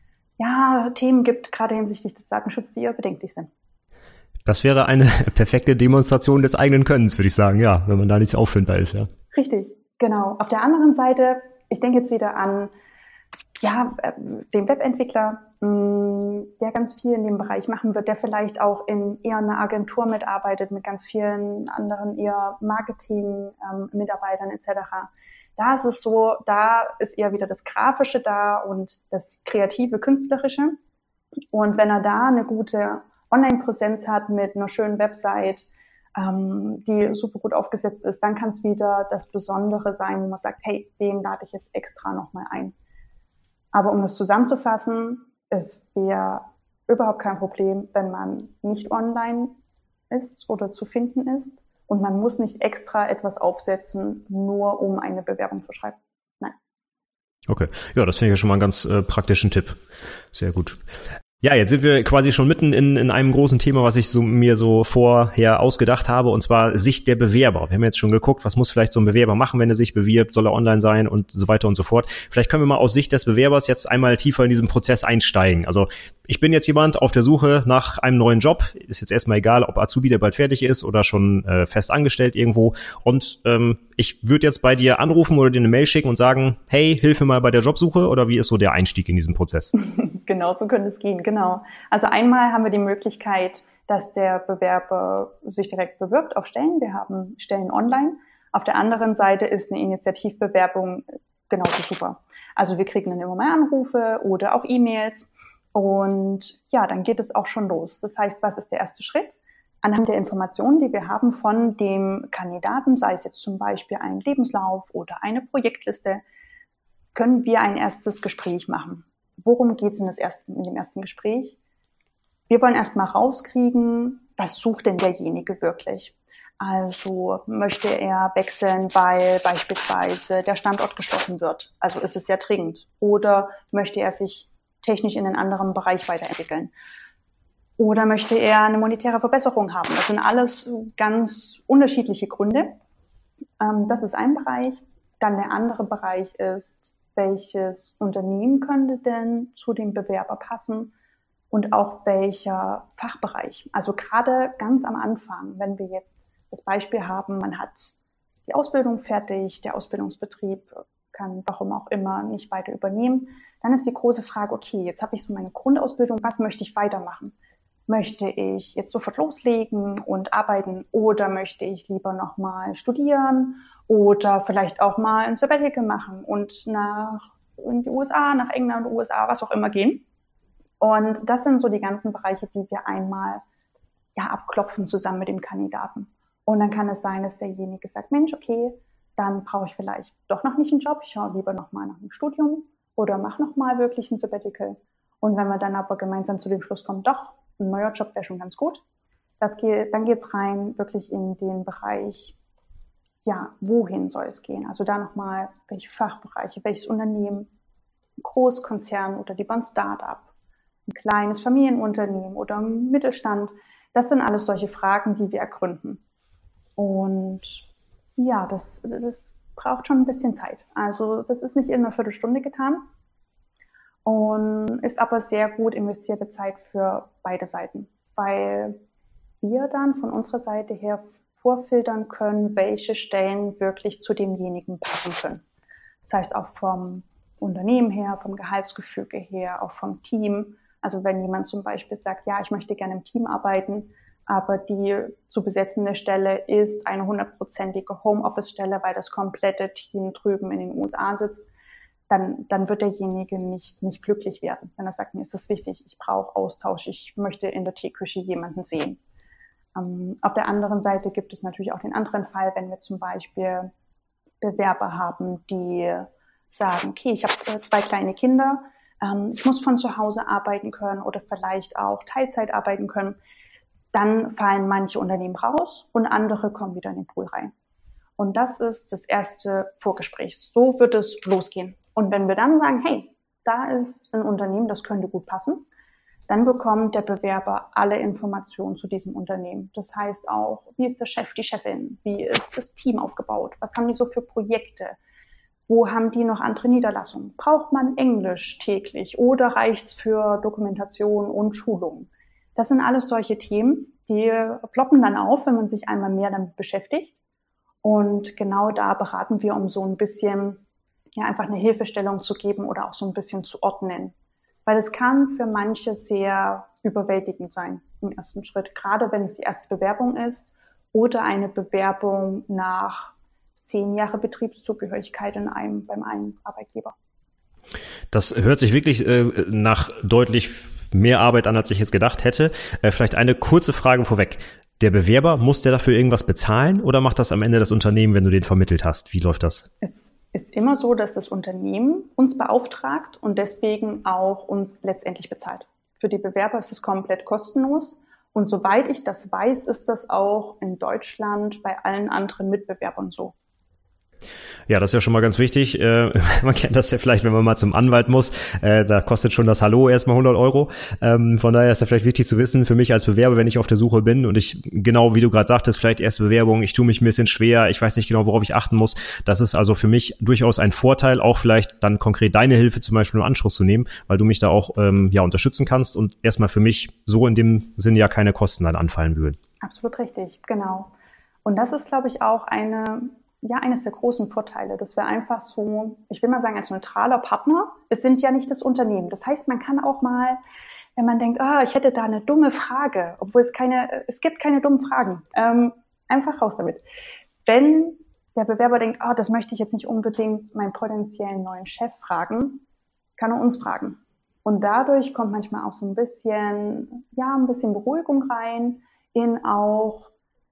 Themen gibt, gerade hinsichtlich des Datenschutzes, die eher bedenklich sind. Das wäre eine perfekte Demonstration des eigenen Könnens, würde ich sagen, wenn man da nichts auffindbar ist, ja. Richtig, genau. Auf der anderen Seite, ich denke jetzt wieder an den Webentwickler, der ganz viel in dem Bereich machen wird, der vielleicht auch in eher einer Agentur mitarbeitet, mit ganz vielen anderen eher Marketing-Mitarbeitern etc. Da ist es so, da ist eher wieder das Grafische da und das Kreative, Künstlerische. Und wenn er da eine gute Online-Präsenz hat mit einer schönen Website, die super gut aufgesetzt ist, dann kann es wieder das Besondere sein, wo man sagt, hey, den lade ich jetzt extra nochmal ein. Aber um das zusammenzufassen, es wäre überhaupt kein Problem, wenn man nicht online ist oder zu finden ist. Und man muss nicht extra etwas aufsetzen, nur um eine Bewerbung zu schreiben. Nein. Okay, ja, das finde ich ja schon mal einen ganz praktischen Tipp. Sehr gut. Ja, jetzt sind wir quasi schon mitten in einem großen Thema, was ich mir so vorher ausgedacht habe, und zwar Sicht der Bewerber. Wir haben jetzt schon geguckt, was muss vielleicht so ein Bewerber machen, wenn er sich bewirbt, soll er online sein und so weiter und so fort. Vielleicht können wir mal aus Sicht des Bewerbers jetzt einmal tiefer in diesen Prozess einsteigen. Also ich bin jetzt jemand auf der Suche nach einem neuen Job. Ist jetzt erstmal egal, ob Azubi, der bald fertig ist, oder schon fest angestellt irgendwo. Und ich würde jetzt bei dir anrufen oder dir eine Mail schicken und sagen, hey, hilf mir mal bei der Jobsuche, oder wie ist so der Einstieg in diesen Prozess? Genau, so könnte es gehen, genau. Also einmal haben wir die Möglichkeit, dass der Bewerber sich direkt bewirbt auf Stellen. Wir haben Stellen online. Auf der anderen Seite ist eine Initiativbewerbung genauso super. Also wir kriegen dann immer mal Anrufe oder auch E-Mails. Und ja, dann geht es auch schon los. Das heißt, was ist der erste Schritt? Anhand der Informationen, die wir haben von dem Kandidaten, sei es jetzt zum Beispiel ein Lebenslauf oder eine Projektliste, können wir ein erstes Gespräch machen. Worum geht es in dem ersten Gespräch? Wir wollen erstmal rauskriegen, was sucht denn derjenige wirklich? Also möchte er wechseln, weil beispielsweise der Standort geschlossen wird? Also ist es sehr dringend. Oder möchte er sich technisch in einen anderen Bereich weiterentwickeln? Oder möchte er eine monetäre Verbesserung haben? Das sind alles ganz unterschiedliche Gründe. Das ist ein Bereich. Dann der andere Bereich ist, welches Unternehmen könnte denn zu dem Bewerber passen und auch welcher Fachbereich. Also gerade ganz am Anfang, wenn wir jetzt das Beispiel haben, man hat die Ausbildung fertig, der Ausbildungsbetrieb kann warum auch immer nicht weiter übernehmen, dann ist die große Frage, okay, jetzt habe ich so meine Grundausbildung, was möchte ich weitermachen? Möchte ich jetzt sofort loslegen und arbeiten oder möchte ich lieber nochmal studieren oder vielleicht auch mal ein Sabbatical machen und in die USA, nach England, USA, was auch immer gehen? Und das sind so die ganzen Bereiche, die wir einmal abklopfen zusammen mit dem Kandidaten. Und dann kann es sein, dass derjenige sagt, Mensch, okay, dann brauche ich vielleicht doch noch nicht einen Job, ich schaue lieber nochmal nach einem Studium oder mache nochmal wirklich ein Sabbatical. Und wenn wir dann aber gemeinsam zu dem Schluss kommen, doch, ein neuer Job wäre schon ganz gut. Dann geht's rein wirklich in den Bereich, wohin soll es gehen? Also da nochmal, welche Fachbereiche, welches Unternehmen, ein Großkonzern oder lieber ein Start-up, ein kleines Familienunternehmen oder ein Mittelstand. Das sind alles solche Fragen, die wir ergründen. Und ja, das braucht schon ein bisschen Zeit. Also das ist nicht in einer Viertelstunde getan. Und ist aber sehr gut investierte Zeit für beide Seiten, weil wir dann von unserer Seite her vorfiltern können, welche Stellen wirklich zu demjenigen passen können. Das heißt auch vom Unternehmen her, vom Gehaltsgefüge her, auch vom Team. Also wenn jemand zum Beispiel sagt, ja, ich möchte gerne im Team arbeiten, aber die zu besetzende Stelle ist eine 100%ige Homeoffice-Stelle, weil das komplette Team drüben in den USA sitzt, dann wird derjenige nicht glücklich werden. Wenn er sagt, mir ist das wichtig, ich brauche Austausch, ich möchte in der Teeküche jemanden sehen. Auf der anderen Seite gibt es natürlich auch den anderen Fall, wenn wir zum Beispiel Bewerber haben, die sagen, okay, ich habe 2 kleine Kinder, ich muss von zu Hause arbeiten können oder vielleicht auch Teilzeit arbeiten können, dann fallen manche Unternehmen raus und andere kommen wieder in den Pool rein. Und das ist das erste Vorgespräch. So wird es losgehen. Und wenn wir dann sagen, hey, da ist ein Unternehmen, das könnte gut passen, dann bekommt der Bewerber alle Informationen zu diesem Unternehmen. Das heißt auch, wie ist der Chef, die Chefin, wie ist das Team aufgebaut, was haben die so für Projekte, wo haben die noch andere Niederlassungen, braucht man Englisch täglich oder reicht's für Dokumentation und Schulungen? Das sind alles solche Themen, die ploppen dann auf, wenn man sich einmal mehr damit beschäftigt. Und genau da beraten wir, um so ein bisschen einfach eine Hilfestellung zu geben oder auch so ein bisschen zu ordnen. Weil es kann für manche sehr überwältigend sein im ersten Schritt, gerade wenn es die erste Bewerbung ist oder eine Bewerbung nach 10 Jahre Betriebszugehörigkeit beim einen Arbeitgeber. Das hört sich wirklich nach deutlich mehr Arbeit an, als ich jetzt gedacht hätte. Vielleicht eine kurze Frage vorweg. Der Bewerber, muss der dafür irgendwas bezahlen oder macht das am Ende das Unternehmen, wenn du den vermittelt hast? Wie läuft das? Es ist immer so, dass das Unternehmen uns beauftragt und deswegen auch uns letztendlich bezahlt. Für die Bewerber ist es komplett kostenlos Und soweit ich das weiß, ist das auch in Deutschland bei allen anderen Mitbewerbern so. Ja, das ist ja schon mal ganz wichtig. Man kennt das ja vielleicht, wenn man mal zum Anwalt muss. Da kostet schon das Hallo erstmal 100 Euro. Von daher ist ja vielleicht wichtig zu wissen, für mich als Bewerber, wenn ich auf der Suche bin und ich, genau wie du gerade sagtest, vielleicht erste Bewerbung, ich tue mich ein bisschen schwer, ich weiß nicht genau, worauf ich achten muss. Das ist also für mich durchaus ein Vorteil, auch vielleicht dann konkret deine Hilfe zum Beispiel in Anspruch zu nehmen, weil du mich da auch unterstützen kannst und erstmal für mich so in dem Sinne ja keine Kosten dann anfallen würden. Absolut richtig, genau. Und das ist, glaube ich, auch eines der großen Vorteile, dass wir einfach so, ich will mal sagen, als neutraler Partner, es sind ja nicht das Unternehmen. Das heißt, man kann auch mal, wenn man denkt, ich hätte da eine dumme Frage, obwohl es gibt keine dummen Fragen, einfach raus damit. Wenn der Bewerber denkt, das möchte ich jetzt nicht unbedingt meinen potenziellen neuen Chef fragen, kann er uns fragen. Und dadurch kommt manchmal auch so ein bisschen Beruhigung rein in auch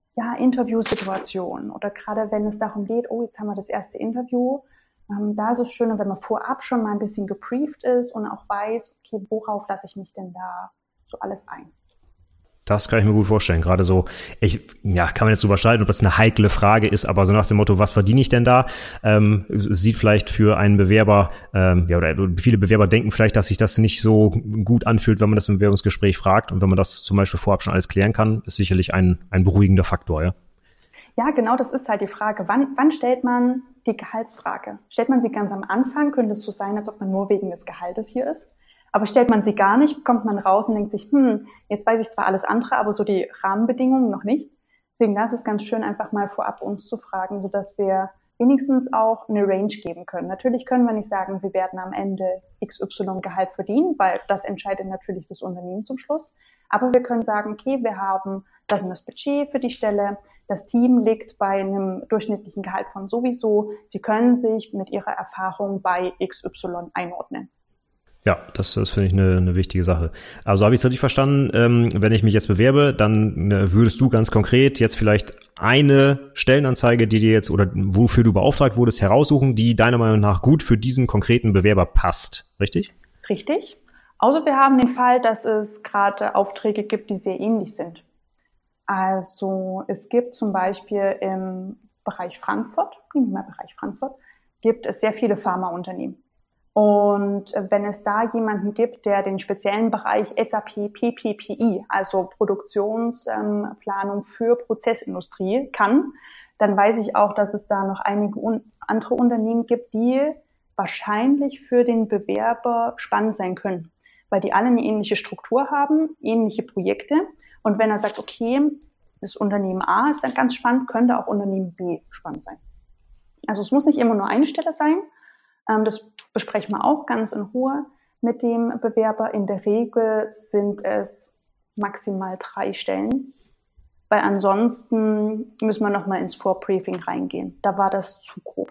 Interviewsituationen oder gerade wenn es darum geht, jetzt haben wir das erste Interview, da ist es schöner, wenn man vorab schon mal ein bisschen gebrieft ist und auch weiß, okay, worauf lasse ich mich denn da so alles ein? Das kann ich mir gut vorstellen. Gerade so, kann man jetzt drüber streiten, ob das eine heikle Frage ist, aber so nach dem Motto, was verdiene ich denn da? Sieht vielleicht für einen Bewerber, oder viele Bewerber denken vielleicht, dass sich das nicht so gut anfühlt, wenn man das im Bewerbungsgespräch fragt. Und wenn man das zum Beispiel vorab schon alles klären kann, ist sicherlich ein beruhigender Faktor, ja. Ja, genau, das ist halt die Frage. Wann stellt man die Gehaltsfrage? Stellt man sie ganz am Anfang? Könnte es so sein, als ob man nur wegen des Gehaltes hier ist? Aber stellt man sie gar nicht, kommt man raus und denkt sich, jetzt weiß ich zwar alles andere, aber so die Rahmenbedingungen noch nicht. Deswegen das ist ganz schön, einfach mal vorab uns zu fragen, sodass wir wenigstens auch eine Range geben können. Natürlich können wir nicht sagen, Sie werden am Ende XY Gehalt verdienen, weil das entscheidet natürlich das Unternehmen zum Schluss. Aber wir können sagen, okay, wir haben das und das Budget für die Stelle. Das Team liegt bei einem durchschnittlichen Gehalt von sowieso. Sie können sich mit Ihrer Erfahrung bei XY einordnen. Ja, das finde ich eine wichtige Sache. Also habe ich es richtig verstanden, wenn ich mich jetzt bewerbe, dann würdest du ganz konkret jetzt vielleicht eine Stellenanzeige, die dir jetzt oder wofür du beauftragt wurdest, heraussuchen, die deiner Meinung nach gut für diesen konkreten Bewerber passt, richtig? Richtig. Außer wir haben den Fall, dass es gerade Aufträge gibt, die sehr ähnlich sind. Also es gibt zum Beispiel im Bereich Frankfurt, gibt es sehr viele Pharmaunternehmen. Und wenn es da jemanden gibt, der den speziellen Bereich SAP PPPI, also Produktionsplanung für Prozessindustrie kann, dann weiß ich auch, dass es da noch einige andere Unternehmen gibt, die wahrscheinlich für den Bewerber spannend sein können, weil die alle eine ähnliche Struktur haben, ähnliche Projekte. Und wenn er sagt, okay, das Unternehmen A ist dann ganz spannend, könnte auch Unternehmen B spannend sein. Also es muss nicht immer nur eine Stelle sein. Das besprechen wir auch ganz in Ruhe mit dem Bewerber. In der Regel sind es maximal 3 Stellen, weil ansonsten müssen wir nochmal ins Vorbriefing reingehen. Da war das zu grob.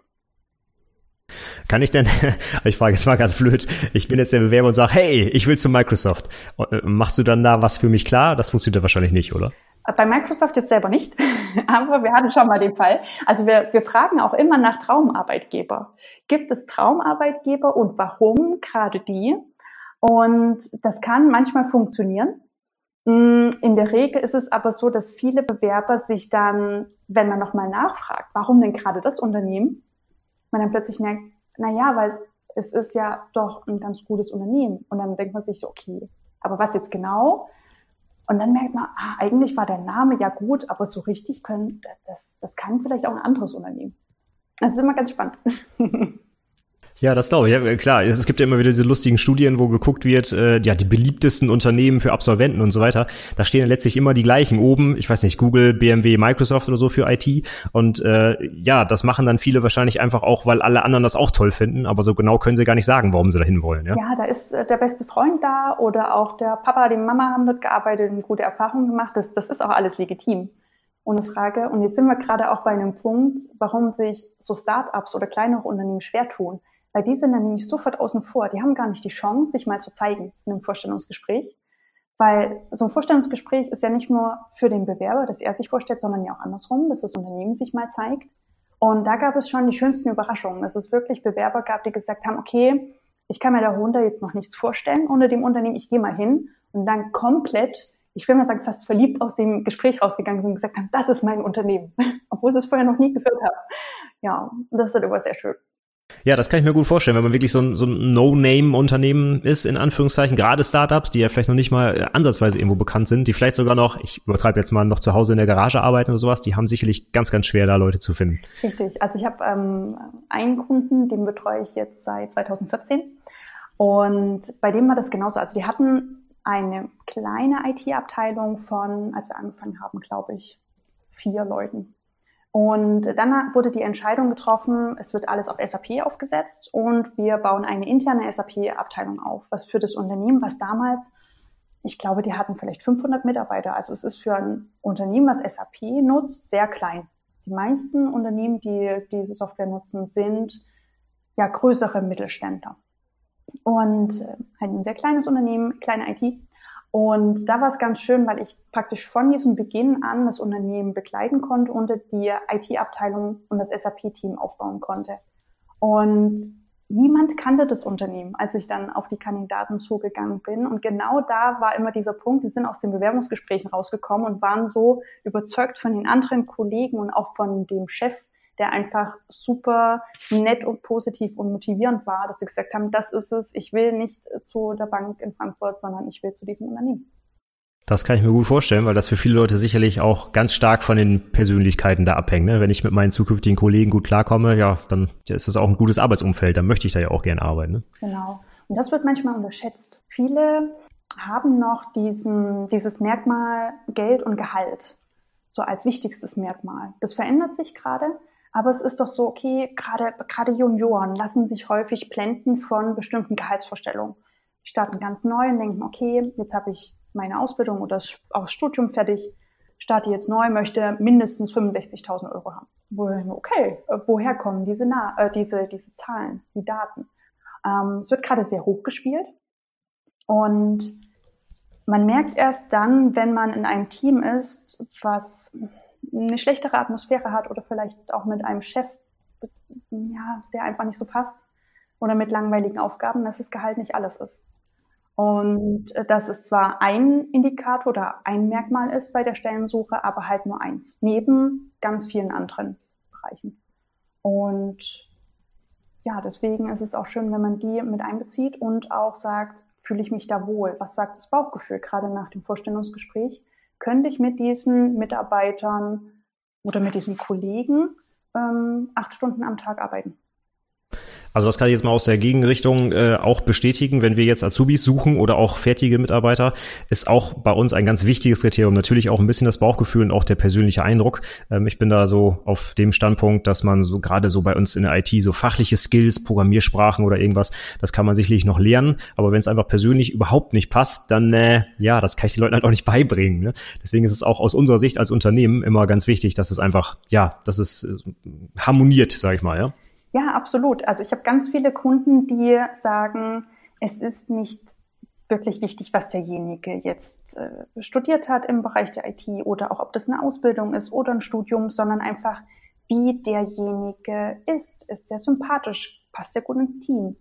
Kann ich denn, ich frage jetzt mal ganz blöd, ich bin jetzt der Bewerber und sage, hey, ich will zu Microsoft. Machst du dann da was für mich klar? Das funktioniert wahrscheinlich nicht, oder? Bei Microsoft jetzt selber nicht, aber wir hatten schon mal den Fall. Also wir fragen auch immer nach Traumarbeitgeber. Gibt es Traumarbeitgeber und warum gerade die? Und das kann manchmal funktionieren. In der Regel ist es aber so, dass viele Bewerber sich dann, wenn man nochmal nachfragt, warum denn gerade das Unternehmen, man dann plötzlich merkt, weil es ist ja doch ein ganz gutes Unternehmen. Und dann denkt man sich so, okay, aber was jetzt genau? Und dann merkt man, eigentlich war der Name ja gut, aber so richtig das kann vielleicht auch ein anderes Unternehmen. Das ist immer ganz spannend. Ja, das glaube ich. Ja, klar, es gibt ja immer wieder diese lustigen Studien, wo geguckt wird, die beliebtesten Unternehmen für Absolventen und so weiter. Da stehen ja letztlich immer die gleichen oben. Ich weiß nicht, Google, BMW, Microsoft oder so für IT. Und das machen dann viele wahrscheinlich einfach auch, weil alle anderen das auch toll finden. Aber so genau können sie gar nicht sagen, warum sie dahin wollen. Ja, da ist der beste Freund da oder auch der Papa, die Mama haben dort gearbeitet und gute Erfahrungen gemacht. Das ist auch alles legitim. Ohne Frage. Und jetzt sind wir gerade auch bei einem Punkt, warum sich so Start-ups oder kleinere Unternehmen schwer tun. Weil die sind dann nämlich sofort außen vor. Die haben gar nicht die Chance, sich mal zu zeigen in einem Vorstellungsgespräch. Weil so ein Vorstellungsgespräch ist ja nicht nur für den Bewerber, dass er sich vorstellt, sondern ja auch andersrum, dass das Unternehmen sich mal zeigt. Und da gab es schon die schönsten Überraschungen, dass es wirklich Bewerber gab, die gesagt haben, okay, ich kann mir darunter jetzt noch nichts vorstellen unter dem Unternehmen, ich gehe mal hin und dann komplett ich will mal sagen, fast verliebt aus dem Gespräch rausgegangen sind und gesagt haben, das ist mein Unternehmen, obwohl sie es vorher noch nie gehört haben. Ja, das ist dann immer sehr schön. Ja, das kann ich mir gut vorstellen, wenn man wirklich so ein No-Name-Unternehmen ist, in Anführungszeichen, gerade Startups, die ja vielleicht noch nicht mal ansatzweise irgendwo bekannt sind, die vielleicht sogar noch, ich übertreibe jetzt mal, noch zu Hause in der Garage arbeiten oder sowas, die haben sicherlich ganz, ganz schwer, da Leute zu finden. Richtig, also ich habe einen Kunden, den betreue ich jetzt seit 2014 und bei dem war das genauso, also die hatten eine kleine IT-Abteilung von, als wir angefangen haben, glaube ich, 4 Leuten. Und dann wurde die Entscheidung getroffen, es wird alles auf SAP aufgesetzt und wir bauen eine interne SAP-Abteilung auf, was für das Unternehmen, was damals, ich glaube, die hatten vielleicht 500 Mitarbeiter. Also es ist für ein Unternehmen, was SAP nutzt, sehr klein. Die meisten Unternehmen, die diese Software nutzen, sind ja größere Mittelständler. Und halt ein sehr kleines Unternehmen, kleine IT. Und da war es ganz schön, weil ich praktisch von diesem Beginn an das Unternehmen begleiten konnte und die IT-Abteilung und das SAP-Team aufbauen konnte. Und niemand kannte das Unternehmen, als ich dann auf die Kandidaten zugegangen bin. Und genau da war immer dieser Punkt, die sind aus den Bewerbungsgesprächen rausgekommen und waren so überzeugt von den anderen Kollegen und auch von dem Chef, der einfach super nett und positiv und motivierend war, dass sie gesagt haben, das ist es, ich will nicht zu der Bank in Frankfurt, sondern ich will zu diesem Unternehmen. Das kann ich mir gut vorstellen, weil das für viele Leute sicherlich auch ganz stark von den Persönlichkeiten da abhängt. Ne? Wenn ich mit meinen zukünftigen Kollegen gut klarkomme, ja, dann ist das auch ein gutes Arbeitsumfeld, dann möchte ich da ja auch gerne arbeiten. Ne? Genau. Und das wird manchmal unterschätzt. Viele haben noch dieses Merkmal Geld und Gehalt so als wichtigstes Merkmal. Das verändert sich gerade. Aber es ist doch so, okay, gerade Junioren lassen sich häufig blenden von bestimmten Gehaltsvorstellungen. Die starten ganz neu und denken, okay, jetzt habe ich meine Ausbildung oder auch das Studium fertig, starte jetzt neu, möchte mindestens 65.000 € haben. Okay, woher kommen diese Zahlen, die Daten? Es wird gerade sehr hoch gespielt und man merkt erst dann, wenn man in einem Team ist, was eine schlechtere Atmosphäre hat oder vielleicht auch mit einem Chef, ja, der einfach nicht so passt oder mit langweiligen Aufgaben, dass das Gehalt nicht alles ist. Und dass es zwar ein Indikator oder ein Merkmal ist bei der Stellensuche, aber halt nur eins, neben ganz vielen anderen Bereichen. Und ja, deswegen ist es auch schön, wenn man die mit einbezieht und auch sagt, fühle ich mich da wohl? Was sagt das Bauchgefühl? Gerade nach dem Vorstellungsgespräch könnte ich mit diesen Mitarbeitern oder mit diesen Kollegen 8 Stunden am Tag arbeiten. Also das kann ich jetzt mal aus der Gegenrichtung auch bestätigen, wenn wir jetzt Azubis suchen oder auch fertige Mitarbeiter, ist auch bei uns ein ganz wichtiges Kriterium. Natürlich auch ein bisschen das Bauchgefühl und auch der persönliche Eindruck. Ich bin da so auf dem Standpunkt, dass man so gerade so bei uns in der IT so fachliche Skills, Programmiersprachen oder irgendwas, das kann man sicherlich noch lernen. Aber wenn es einfach persönlich überhaupt nicht passt, dann ja, das kann ich den Leuten halt auch nicht beibringen. Ne? Deswegen ist es auch aus unserer Sicht als Unternehmen immer ganz wichtig, dass es einfach, ja, dass es harmoniert, sage ich mal, ja. Ja, absolut. Also ich habe ganz viele Kunden, die sagen, es ist nicht wirklich wichtig, was derjenige jetzt studiert hat im Bereich der IT oder auch ob das eine Ausbildung ist oder ein Studium, sondern einfach, wie derjenige ist. Ist sehr sympathisch, passt sehr gut ins Team.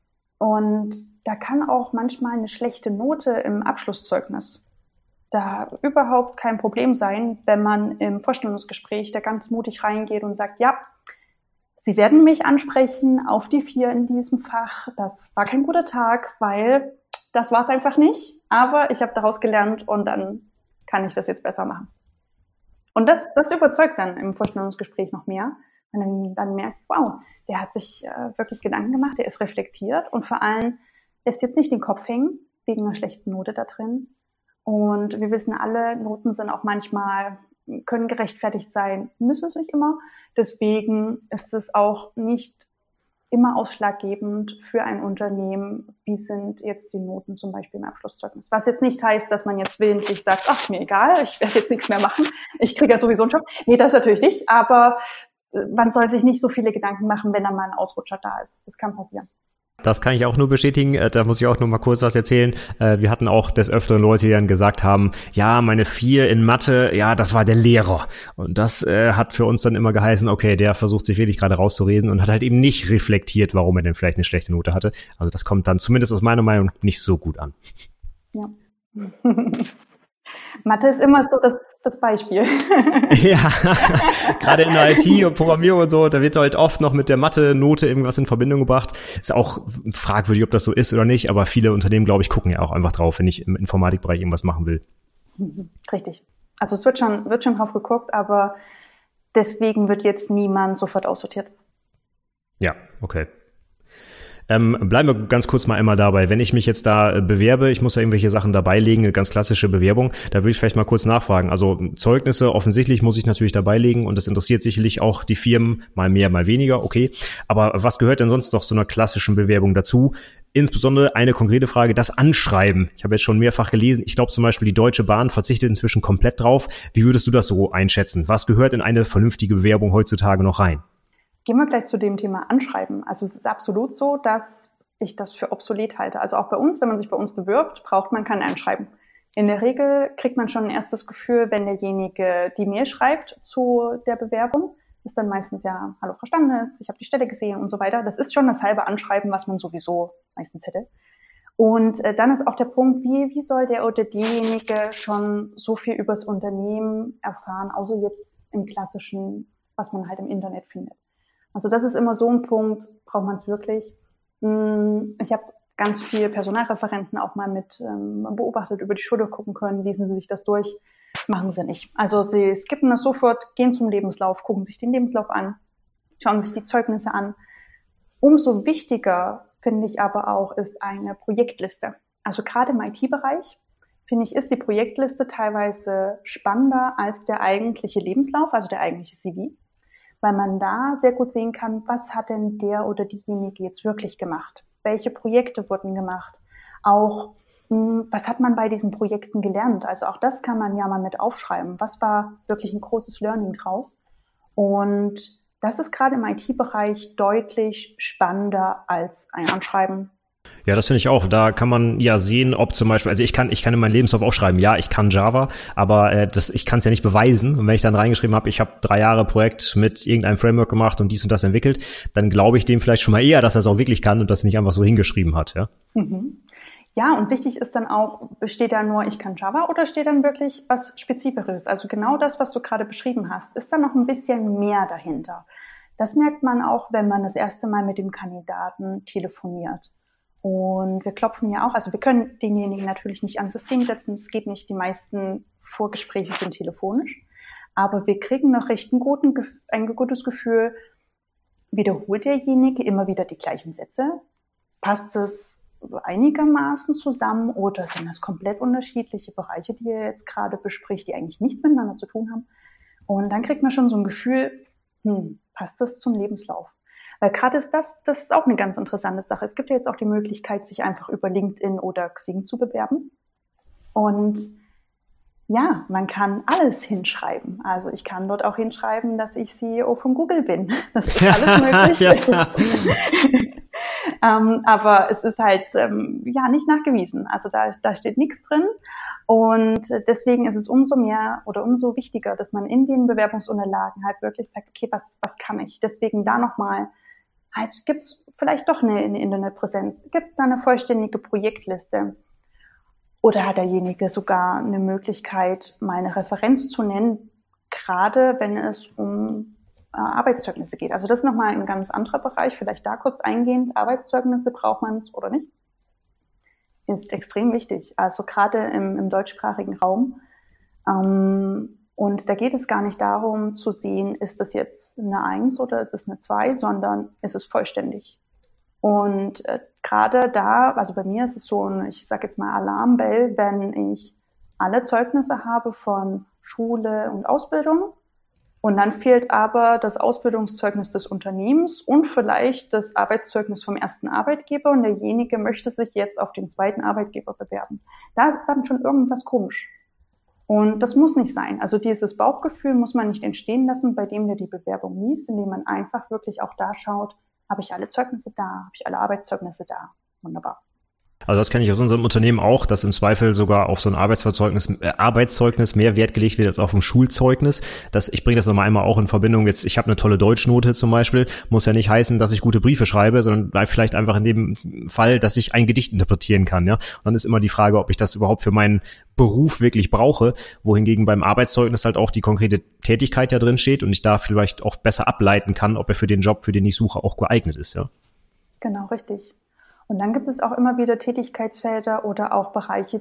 Und da kann auch manchmal eine schlechte Note im Abschlusszeugnis da überhaupt kein Problem sein, wenn man im Vorstellungsgespräch da ganz mutig reingeht und sagt, ja, Sie werden mich ansprechen auf die 4 in diesem Fach. Das war kein guter Tag, weil das war es einfach nicht. Aber ich habe daraus gelernt und dann kann ich das jetzt besser machen. Und das überzeugt dann im Vorstellungsgespräch noch mehr. Wenn man dann merkt, wow, der hat sich wirklich Gedanken gemacht, der ist reflektiert und vor allem lässt jetzt nicht den Kopf hängen wegen einer schlechten Note da drin. Und wir wissen alle, Noten sind auch manchmal, können gerechtfertigt sein, müssen es nicht immer. Deswegen ist es auch nicht immer ausschlaggebend für ein Unternehmen, wie sind jetzt die Noten zum Beispiel im Abschlusszeugnis. Was jetzt nicht heißt, dass man jetzt willentlich sagt, ach, mir egal, ich werde jetzt nichts mehr machen, ich kriege ja sowieso einen Job. Nee, das natürlich nicht, aber man soll sich nicht so viele Gedanken machen, wenn da mal ein Ausrutscher da ist. Das kann passieren. Das kann ich auch nur bestätigen. Da muss ich auch nur mal kurz was erzählen. Wir hatten auch des Öfteren Leute, die dann gesagt haben, ja, meine 4 in Mathe, ja, das war der Lehrer. Und das hat für uns dann immer geheißen, okay, der versucht sich wirklich gerade rauszureden und hat halt eben nicht reflektiert, warum er denn vielleicht eine schlechte Note hatte. Also das kommt dann zumindest aus meiner Meinung nicht so gut an. Ja. Mathe ist immer so das Beispiel. Ja, gerade in der IT und Programmierung und so, da wird halt oft noch mit der Mathe-Note irgendwas in Verbindung gebracht. Ist auch fragwürdig, ob das so ist oder nicht, aber viele Unternehmen, glaube ich, gucken ja auch einfach drauf, wenn ich im Informatikbereich irgendwas machen will. Richtig. Also es wird schon drauf geguckt, aber deswegen wird jetzt niemand sofort aussortiert. Ja, okay. Bleiben wir ganz kurz mal einmal dabei. Wenn ich mich jetzt da bewerbe, ich muss ja irgendwelche Sachen dabei legen, eine ganz klassische Bewerbung, da würde ich vielleicht mal kurz nachfragen. Also Zeugnisse, offensichtlich muss ich natürlich dabei legen und das interessiert sicherlich auch die Firmen, mal mehr, mal weniger, okay. Aber was gehört denn sonst noch zu einer klassischen Bewerbung dazu? Insbesondere eine konkrete Frage, das Anschreiben. Ich habe jetzt schon mehrfach gelesen, ich glaube zum Beispiel, die Deutsche Bahn verzichtet inzwischen komplett drauf. Wie würdest du das so einschätzen? Was gehört in eine vernünftige Bewerbung heutzutage noch rein? Gehen wir gleich zu dem Thema Anschreiben. Also es ist absolut so, dass ich das für obsolet halte. Also auch bei uns, wenn man sich bei uns bewirbt, braucht man kein Anschreiben. In der Regel kriegt man schon ein erstes Gefühl, wenn derjenige die Mail schreibt zu der Bewerbung, ist dann meistens ja, hallo Frau Standnitz, ich habe die Stelle gesehen und so weiter. Das ist schon das halbe Anschreiben, was man sowieso meistens hätte. Und dann ist auch der Punkt, wie soll der oder diejenige schon so viel über das Unternehmen erfahren, außer jetzt im klassischen, was man halt im Internet findet. Also das ist immer so ein Punkt, braucht man es wirklich. Ich habe ganz viele Personalreferenten auch mal mit beobachtet, über die Schulter gucken können, lesen sie sich das durch, machen sie nicht. Also sie skippen das sofort, gehen zum Lebenslauf, gucken sich den Lebenslauf an, schauen sich die Zeugnisse an. Umso wichtiger, finde ich aber auch, ist eine Projektliste. Also gerade im IT-Bereich, finde ich, ist die Projektliste teilweise spannender als der eigentliche Lebenslauf, also der eigentliche CV. Weil man da sehr gut sehen kann, was hat denn der oder diejenige jetzt wirklich gemacht? Welche Projekte wurden gemacht? Auch, was hat man bei diesen Projekten gelernt? Also auch das kann man ja mal mit aufschreiben. Was war wirklich ein großes Learning draus? Und das ist gerade im IT-Bereich deutlich spannender als ein Anschreiben. Ja, das finde ich auch. Da kann man ja sehen, ob zum Beispiel, also ich kann in meinem Lebenslauf auch schreiben, ja, ich kann Java, aber ich kann es ja nicht beweisen. Und wenn ich dann reingeschrieben habe, ich habe 3 Jahre Projekt mit irgendeinem Framework gemacht und dies und das entwickelt, dann glaube ich dem vielleicht schon mal eher, dass er es auch wirklich kann und das nicht einfach so hingeschrieben hat. Ja, Ja, und wichtig ist dann auch, steht da nur, ich kann Java oder steht dann wirklich was Spezifisches? Also genau das, was du gerade beschrieben hast, ist dann noch ein bisschen mehr dahinter. Das merkt man auch, wenn man das erste Mal mit dem Kandidaten telefoniert. Und wir klopfen ja auch, also wir können denjenigen natürlich nicht ans System setzen, das geht nicht, die meisten Vorgespräche sind telefonisch, aber wir kriegen noch recht ein gutes Gefühl, wiederholt derjenige immer wieder die gleichen Sätze, passt es einigermaßen zusammen oder sind das komplett unterschiedliche Bereiche, die er jetzt gerade bespricht, die eigentlich nichts miteinander zu tun haben. Und dann kriegt man schon so ein Gefühl, passt das zum Lebenslauf? Weil gerade ist das ist auch eine ganz interessante Sache. Es gibt ja jetzt auch die Möglichkeit, sich einfach über LinkedIn oder Xing zu bewerben. Und ja, man kann alles hinschreiben. Also ich kann dort auch hinschreiben, dass ich CEO von Google bin. Das ist alles möglich. Ja. Aber es ist halt nicht nachgewiesen. Also da steht nichts drin. Und deswegen ist es umso mehr oder umso wichtiger, dass man in den Bewerbungsunterlagen halt wirklich sagt, okay, was kann ich? Deswegen da nochmal, halt, gibt's vielleicht doch eine Internetpräsenz? Gibt's da eine vollständige Projektliste? Oder hat derjenige sogar eine Möglichkeit, mal eine Referenz zu nennen, gerade wenn es um Arbeitszeugnisse geht? Also das ist nochmal ein ganz anderer Bereich, vielleicht da kurz eingehend. Arbeitszeugnisse, braucht man es oder nicht? Ist extrem wichtig, also gerade im deutschsprachigen Raum. Und da geht es gar nicht darum zu sehen, ist das jetzt eine 1 oder ist es eine 2, sondern ist es vollständig. Und gerade da, also bei mir ist es so ein, ich sage jetzt mal Alarmbell, wenn ich alle Zeugnisse habe von Schule und Ausbildung und dann fehlt aber das Ausbildungszeugnis des Unternehmens und vielleicht das Arbeitszeugnis vom ersten Arbeitgeber und derjenige möchte sich jetzt auf den zweiten Arbeitgeber bewerben. Da ist dann schon irgendwas komisch. Und das muss nicht sein. Also dieses Bauchgefühl muss man nicht entstehen lassen, bei dem der die Bewerbung liest, indem man einfach wirklich auch da schaut, habe ich alle Zeugnisse da, habe ich alle Arbeitszeugnisse da. Wunderbar. Also das kenne ich aus unserem Unternehmen auch, dass im Zweifel sogar auf so ein Arbeitszeugnis mehr Wert gelegt wird als auf ein Schulzeugnis. Ich bringe das nochmal einmal auch in Verbindung. Jetzt, ich habe eine tolle Deutschnote zum Beispiel, muss ja nicht heißen, dass ich gute Briefe schreibe, sondern vielleicht einfach in dem Fall, dass ich ein Gedicht interpretieren kann. Ja, und dann ist immer die Frage, ob ich das überhaupt für meinen Beruf wirklich brauche, wohingegen beim Arbeitszeugnis halt auch die konkrete Tätigkeit ja drin steht und ich da vielleicht auch besser ableiten kann, ob er für den Job, für den ich suche, auch geeignet ist. Ja. Genau, richtig. Und dann gibt es auch immer wieder Tätigkeitsfelder oder auch Bereiche,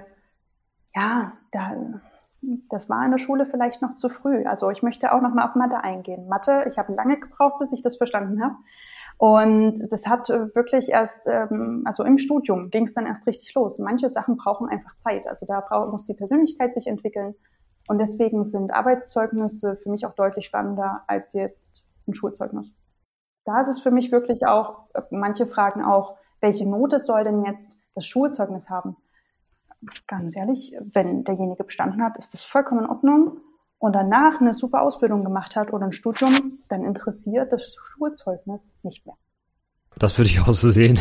das war in der Schule vielleicht noch zu früh. Also ich möchte auch noch mal auf Mathe eingehen. Mathe, ich habe lange gebraucht, bis ich das verstanden habe. Und das hat wirklich erst, also im Studium ging es dann erst richtig los. Manche Sachen brauchen einfach Zeit. Also da muss die Persönlichkeit sich entwickeln. Und deswegen sind Arbeitszeugnisse für mich auch deutlich spannender als jetzt ein Schulzeugnis. Da ist es für mich wirklich auch, manche fragen auch, welche Note soll denn jetzt das Schulzeugnis haben? Ganz ehrlich, wenn derjenige bestanden hat, ist das vollkommen in Ordnung und danach eine super Ausbildung gemacht hat oder ein Studium, dann interessiert das Schulzeugnis nicht mehr. Das würde ich auch so sehen.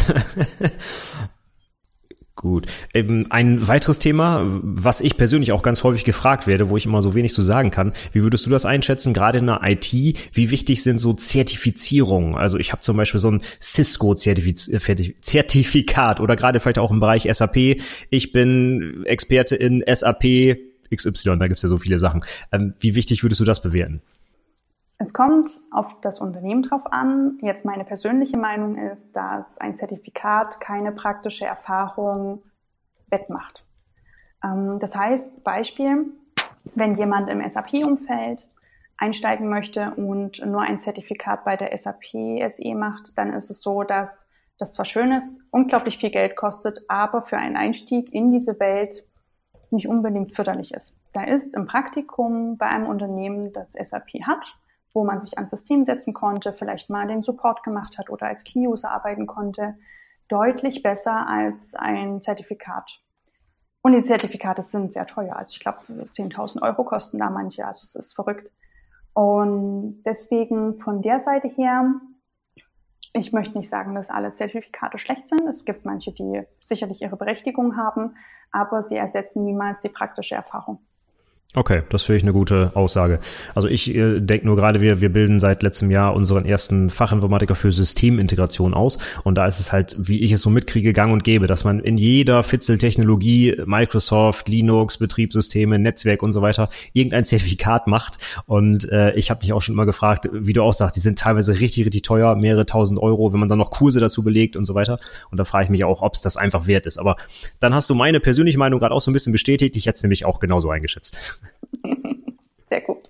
Gut. Ein weiteres Thema, was ich persönlich auch ganz häufig gefragt werde, wo ich immer so wenig zu sagen kann. Wie würdest du das einschätzen, gerade in der IT? Wie wichtig sind so Zertifizierungen? Also ich habe zum Beispiel so ein Cisco-Zertifikat oder gerade vielleicht auch im Bereich SAP. Ich bin Experte in SAP XY, da gibt's ja so viele Sachen. Wie wichtig würdest du das bewerten? Es kommt auf das Unternehmen drauf an. Jetzt meine persönliche Meinung ist, dass ein Zertifikat keine praktische Erfahrung wettmacht. Das heißt, Beispiel, wenn jemand im SAP-Umfeld einsteigen möchte und nur ein Zertifikat bei der SAP SE macht, dann ist es so, dass das zwar schön ist, unglaublich viel Geld kostet, aber für einen Einstieg in diese Welt nicht unbedingt förderlich ist. Da ist im Praktikum bei einem Unternehmen, das SAP hat, wo man sich ans System setzen konnte, vielleicht mal den Support gemacht hat oder als Key-User arbeiten konnte, deutlich besser als ein Zertifikat. Und die Zertifikate sind sehr teuer. Also ich glaube, 10.000 Euro kosten da manche. Also es ist verrückt. Und deswegen von der Seite her, ich möchte nicht sagen, dass alle Zertifikate schlecht sind. Es gibt manche, die sicherlich ihre Berechtigung haben, aber sie ersetzen niemals die praktische Erfahrung. Okay, das finde ich eine gute Aussage. Also ich denke nur gerade, wir bilden seit letztem Jahr unseren ersten Fachinformatiker für Systemintegration aus und da ist es halt, wie ich es so mitkriege, gang und gäbe, dass man in jeder Fitzeltechnologie, Microsoft, Linux, Betriebssysteme, Netzwerk und so weiter, irgendein Zertifikat macht und ich habe mich auch schon immer gefragt, wie du auch sagst, die sind teilweise richtig, richtig teuer, mehrere tausend Euro, wenn man dann noch Kurse dazu belegt und so weiter und da frage ich mich auch, ob es das einfach wert ist. Aber dann hast du meine persönliche Meinung gerade auch so ein bisschen bestätigt, ich hätte es nämlich auch genauso eingeschätzt. Sehr gut.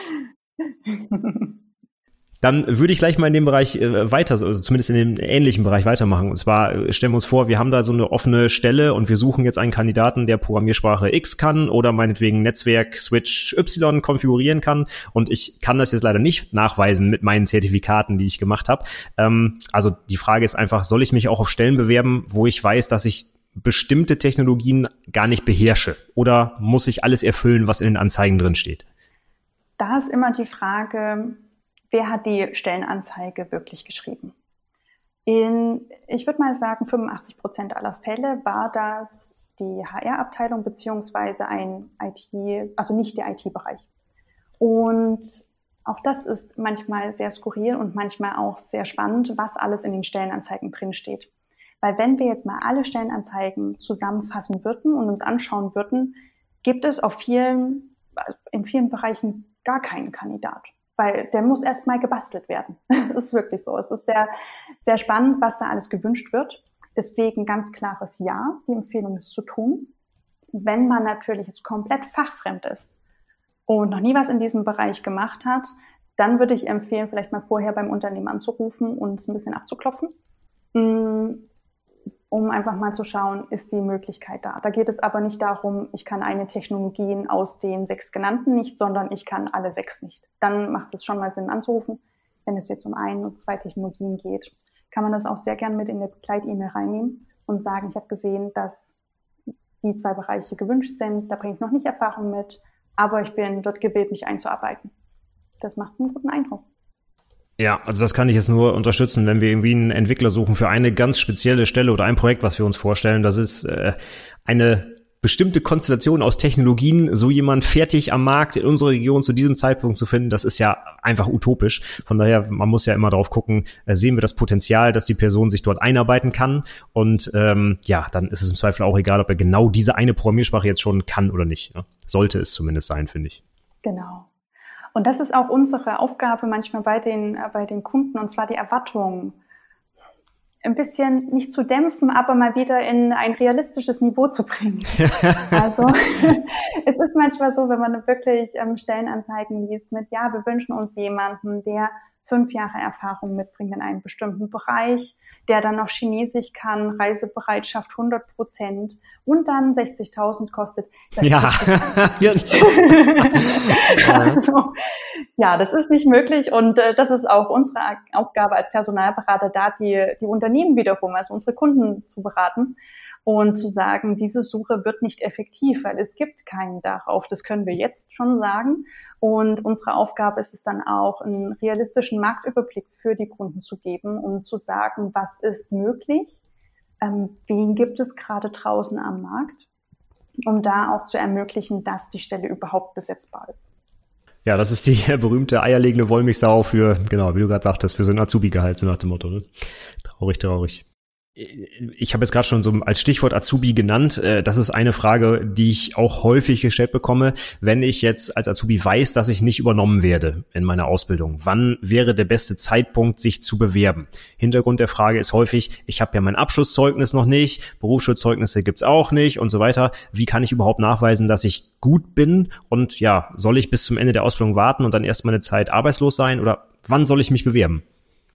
Dann würde ich gleich mal in dem Bereich weiter, also zumindest in dem ähnlichen Bereich weitermachen. Und zwar stellen wir uns vor, wir haben da so eine offene Stelle und wir suchen jetzt einen Kandidaten, der Programmiersprache X kann oder meinetwegen Netzwerk Switch Y konfigurieren kann. Und ich kann das jetzt leider nicht nachweisen mit meinen Zertifikaten, die ich gemacht habe. Also die Frage ist einfach, soll ich mich auch auf Stellen bewerben, wo ich weiß, dass ich bestimmte Technologien gar nicht beherrsche? Oder muss ich alles erfüllen, was in den Anzeigen drin steht? Da ist immer die Frage, wer hat die Stellenanzeige wirklich geschrieben? Ich würde mal sagen, 85% aller Fälle war das die HR-Abteilung beziehungsweise ein also nicht der IT-Bereich. Und auch das ist manchmal sehr skurril und manchmal auch sehr spannend, was alles in den Stellenanzeigen drin steht. Weil wenn wir jetzt mal alle Stellenanzeigen zusammenfassen würden und uns anschauen würden, gibt es in vielen Bereichen gar keinen Kandidat. Weil der muss erst mal gebastelt werden. Das ist wirklich so. Es ist sehr, sehr spannend, was da alles gewünscht wird. Deswegen ganz klares Ja. Die Empfehlung ist zu tun. Wenn man natürlich jetzt komplett fachfremd ist und noch nie was in diesem Bereich gemacht hat, dann würde ich empfehlen, vielleicht mal vorher beim Unternehmen anzurufen und es ein bisschen abzuklopfen, um einfach mal zu schauen, ist die Möglichkeit da. Da geht es aber nicht darum, ich kann eine Technologie aus den 6 genannten nicht, sondern ich kann alle 6 nicht. Dann macht es schon mal Sinn anzurufen. Wenn es jetzt um 1 oder 2 Technologien geht, kann man das auch sehr gern mit in der Begleit-E-Mail reinnehmen und sagen, ich habe gesehen, dass die 2 Bereiche gewünscht sind, da bringe ich noch nicht Erfahrung mit, aber ich bin dort gewillt, mich einzuarbeiten. Das macht einen guten Eindruck. Ja, also das kann ich jetzt nur unterstützen, wenn wir irgendwie einen Entwickler suchen für eine ganz spezielle Stelle oder ein Projekt, was wir uns vorstellen. Das ist eine bestimmte Konstellation aus Technologien, so jemand fertig am Markt in unserer Region zu diesem Zeitpunkt zu finden, das ist ja einfach utopisch. Von daher, man muss ja immer drauf gucken, sehen wir das Potenzial, dass die Person sich dort einarbeiten kann. Und dann ist es im Zweifel auch egal, ob er genau diese eine Programmiersprache jetzt schon kann oder nicht. Ja? Sollte es zumindest sein, finde ich. Genau. Und das ist auch unsere Aufgabe manchmal bei den Kunden, und zwar die Erwartungen ein bisschen nicht zu dämpfen, aber mal wieder in ein realistisches Niveau zu bringen. Also es ist manchmal so, wenn man wirklich Stellenanzeigen liest mit, ja, wir wünschen uns jemanden, der 5 Jahre Erfahrung mitbringt in einem bestimmten Bereich, der dann noch Chinesisch kann, Reisebereitschaft 100% und dann 60.000 kostet. Das also, ja, das ist nicht möglich, und das ist auch unsere Aufgabe als Personalberater, da die Unternehmen wiederum, also unsere Kunden zu beraten und zu sagen, diese Suche wird nicht effektiv, weil es gibt keinen darauf. Das können wir jetzt schon sagen. Und unsere Aufgabe ist es dann auch, einen realistischen Marktüberblick für die Kunden zu geben, um zu sagen, was ist möglich, wen gibt es gerade draußen am Markt, um da auch zu ermöglichen, dass die Stelle überhaupt besetzbar ist. Ja, das ist die berühmte eierlegende Wollmilchsau für, genau, wie du gerade sagtest, für so ein Azubi-Gehalt, so nach dem Motto. Ne? Traurig. Ich habe jetzt gerade schon so als Stichwort Azubi genannt. Das ist eine Frage, die ich auch häufig gestellt bekomme. Wenn ich jetzt als Azubi weiß, dass ich nicht übernommen werde in meiner Ausbildung, wann wäre der beste Zeitpunkt, sich zu bewerben? Hintergrund der Frage ist häufig, ich habe ja mein Abschlusszeugnis noch nicht, Berufssschulzeugnisse gibt's auch nicht und so weiter. Wie kann ich überhaupt nachweisen, dass ich gut bin? Und ja, soll ich bis zum Ende der Ausbildung warten und dann erst mal eine Zeit arbeitslos sein? Oder wann soll ich mich bewerben?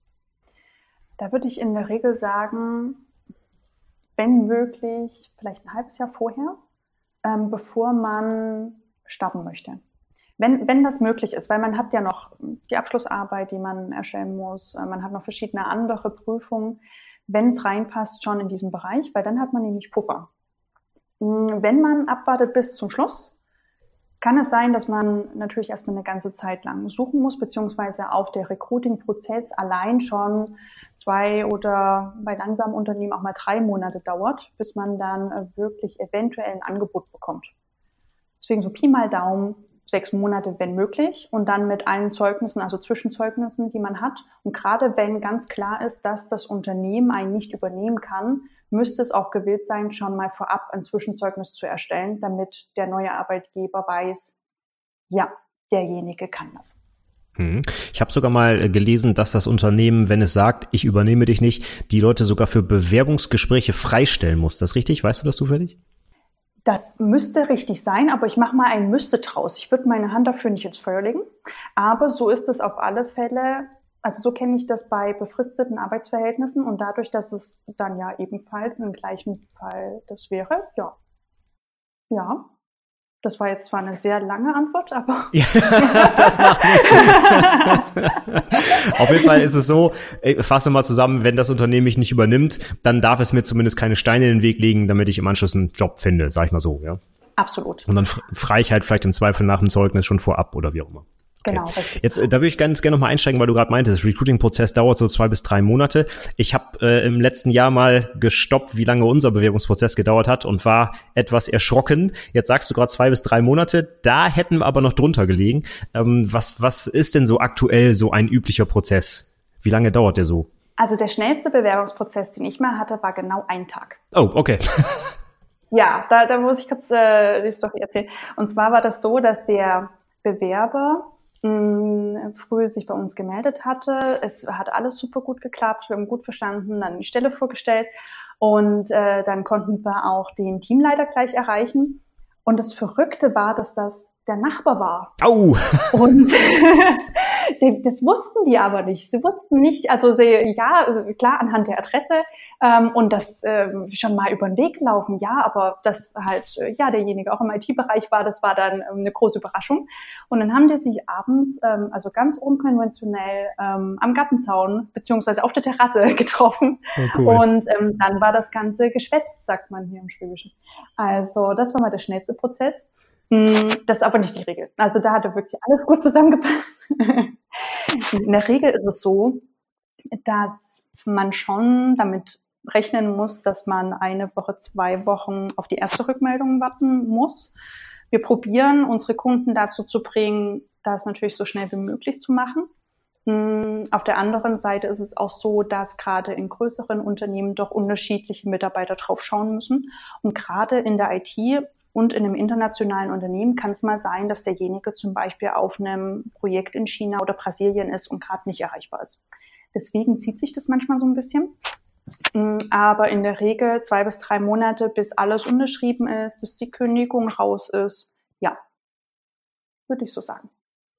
Da würde ich in der Regel sagen, wenn möglich, vielleicht ein halbes Jahr vorher, bevor man starten möchte. Wenn das möglich ist, weil man hat ja noch die Abschlussarbeit, die man erstellen muss, man hat noch verschiedene andere Prüfungen, wenn es reinpasst, schon in diesem Bereich, weil dann hat man nämlich Puffer. Wenn man abwartet bis zum Schluss, kann es sein, dass man natürlich erstmal eine ganze Zeit lang suchen muss, beziehungsweise auch der Recruiting-Prozess allein schon 2 oder bei langsamen Unternehmen auch mal 3 Monate dauert, bis man dann wirklich eventuell ein Angebot bekommt. Deswegen so Pi mal Daumen, 6 Monate, wenn möglich, und dann mit allen Zeugnissen, also Zwischenzeugnissen, die man hat. Und gerade wenn ganz klar ist, dass das Unternehmen einen nicht übernehmen kann, müsste es auch gewillt sein, schon mal vorab ein Zwischenzeugnis zu erstellen, damit der neue Arbeitgeber weiß, ja, derjenige kann das. Ich habe sogar mal gelesen, dass das Unternehmen, wenn es sagt, ich übernehme dich nicht, die Leute sogar für Bewerbungsgespräche freistellen muss. Das richtig? Weißt du das zufällig? Das müsste richtig sein, aber ich mache mal ein Müsste draus. Ich würde meine Hand dafür nicht ins Feuer legen, aber so ist es auf alle Fälle. Also so kenne ich das bei befristeten Arbeitsverhältnissen, und dadurch, dass es dann ja ebenfalls im gleichen Fall das wäre, ja. Das war jetzt zwar eine sehr lange Antwort, aber... Ja, das macht nichts. Auf jeden Fall ist es so, fassen wir mal zusammen, wenn das Unternehmen mich nicht übernimmt, dann darf es mir zumindest keine Steine in den Weg legen, damit ich im Anschluss einen Job finde, sag ich mal so, ja. Absolut. Und dann frage ich halt vielleicht im Zweifel nach dem Zeugnis schon vorab oder wie auch immer. Okay. Genau. Jetzt, da würde ich ganz gerne nochmal einsteigen, weil du gerade meintest, das Recruiting-Prozess dauert so 2 bis 3 Monate. Ich habe im letzten Jahr mal gestoppt, wie lange unser Bewerbungsprozess gedauert hat, und war etwas erschrocken. Jetzt sagst du gerade 2 bis 3 Monate, da hätten wir aber noch drunter gelegen. Was ist denn so aktuell so ein üblicher Prozess? Wie lange dauert der so? Also der schnellste Bewerbungsprozess, den ich mal hatte, war genau 1 Tag. Oh, okay. Ja, da muss ich kurz die Story erzählen. Und zwar war das so, dass der Bewerber früh sich bei uns gemeldet hatte. Es hat alles super gut geklappt, wir haben gut verstanden, dann die Stelle vorgestellt, und dann konnten wir auch den Teamleiter gleich erreichen. Und das Verrückte war, dass das der Nachbar war. Au! Und das wussten die aber nicht. Sie wussten nicht, also klar, anhand der Adresse und das schon mal über den Weg laufen, ja, aber das halt, derjenige auch im IT-Bereich war, das war dann eine große Überraschung. Und dann haben die sich abends, also ganz unkonventionell, am Gartenzaun beziehungsweise auf der Terrasse getroffen. Oh, cool. Und dann war das Ganze geschwätzt, sagt man hier im Schwäbischen. Also das war mal der schnellste Prozess. Das ist aber nicht die Regel. Also da hatte wirklich alles gut zusammengepasst. In der Regel ist es so, dass man schon damit rechnen muss, dass man 1 Woche, 2 Wochen auf die erste Rückmeldung warten muss. Wir probieren, unsere Kunden dazu zu bringen, das natürlich so schnell wie möglich zu machen. Auf der anderen Seite ist es auch so, dass gerade in größeren Unternehmen doch unterschiedliche Mitarbeiter drauf schauen müssen. Und gerade in der IT und in einem internationalen Unternehmen kann es mal sein, dass derjenige zum Beispiel auf einem Projekt in China oder Brasilien ist und gerade nicht erreichbar ist. Deswegen zieht sich das manchmal so ein bisschen. Aber in der Regel 2 bis 3 Monate, bis alles unterschrieben ist, bis die Kündigung raus ist. Ja, würde ich so sagen.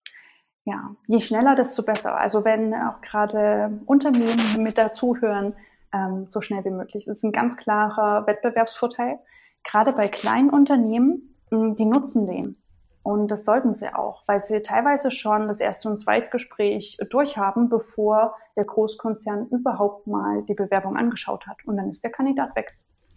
Ja, je schneller, desto besser. Also wenn auch gerade Unternehmen mit dazuhören, so schnell wie möglich. Das ist ein ganz klarer Wettbewerbsvorteil. Gerade bei kleinen Unternehmen, die nutzen den. Und das sollten sie auch, weil sie teilweise schon das erste und Zweitgespräch durchhaben, bevor der Großkonzern überhaupt mal die Bewerbung angeschaut hat. Und dann ist der Kandidat weg.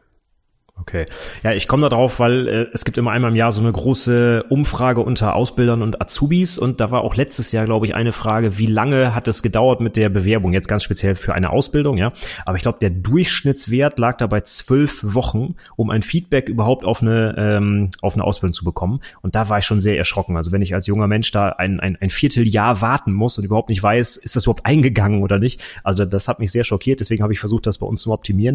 Okay. Ja, ich komme da drauf, weil es gibt immer einmal im Jahr so eine große Umfrage unter Ausbildern und Azubis und da war auch letztes Jahr, glaube ich, eine Frage, wie lange hat es gedauert mit der Bewerbung, jetzt ganz speziell für eine Ausbildung, ja. Aber ich glaube, der Durchschnittswert lag da bei 12 Wochen, um ein Feedback überhaupt auf eine Ausbildung zu bekommen. Und da war ich schon sehr erschrocken. Also wenn ich als junger Mensch da ein Vierteljahr warten muss und überhaupt nicht weiß, ist das überhaupt eingegangen oder nicht. Also das hat mich sehr schockiert, deswegen habe ich versucht, das bei uns zu optimieren.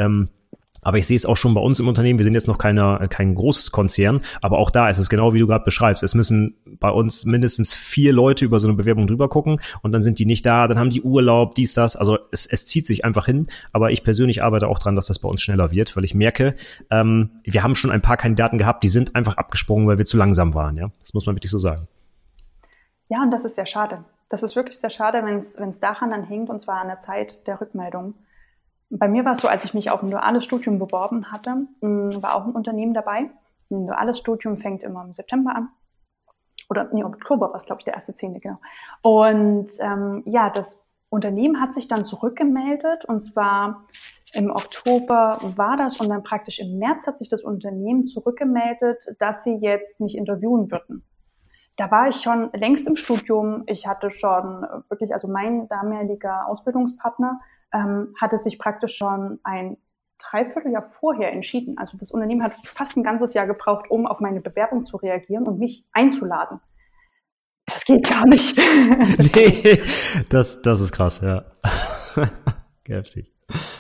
Aber ich sehe es auch schon bei uns im Unternehmen. Wir sind jetzt noch kein großes Konzern, aber auch da ist es genau wie du gerade beschreibst. Es müssen bei uns mindestens 4 Leute über so eine Bewerbung drüber gucken und dann sind die nicht da, dann haben die Urlaub, dies, das. Also es zieht sich einfach hin. Aber ich persönlich arbeite auch dran, dass das bei uns schneller wird, weil ich merke, wir haben schon ein paar Kandidaten gehabt, die sind einfach abgesprungen, weil wir zu langsam waren. Ja, das muss man wirklich so sagen. Ja, und das ist sehr schade. Das ist wirklich sehr schade, wenn es daran dann hängt, und zwar an der Zeit der Rückmeldung. Bei mir war es so, als ich mich auf ein duales Studium beworben hatte, war auch ein Unternehmen dabei. Ein duales Studium fängt immer im September an. Oder nee, Oktober war es, glaube ich, der 1.10., genau. Und das Unternehmen hat sich dann zurückgemeldet. Und zwar im Oktober war das. Und dann praktisch im März hat sich das Unternehmen zurückgemeldet, dass sie jetzt mich interviewen würden. Da war ich schon längst im Studium. Ich hatte schon wirklich, also mein damaliger Ausbildungspartner hatte sich praktisch schon ein Dreivierteljahr vorher entschieden. Also das Unternehmen hat fast ein ganzes Jahr gebraucht, um auf meine Bewerbung zu reagieren und mich einzuladen. Das geht gar nicht. Nee, das ist krass, ja. Heftig.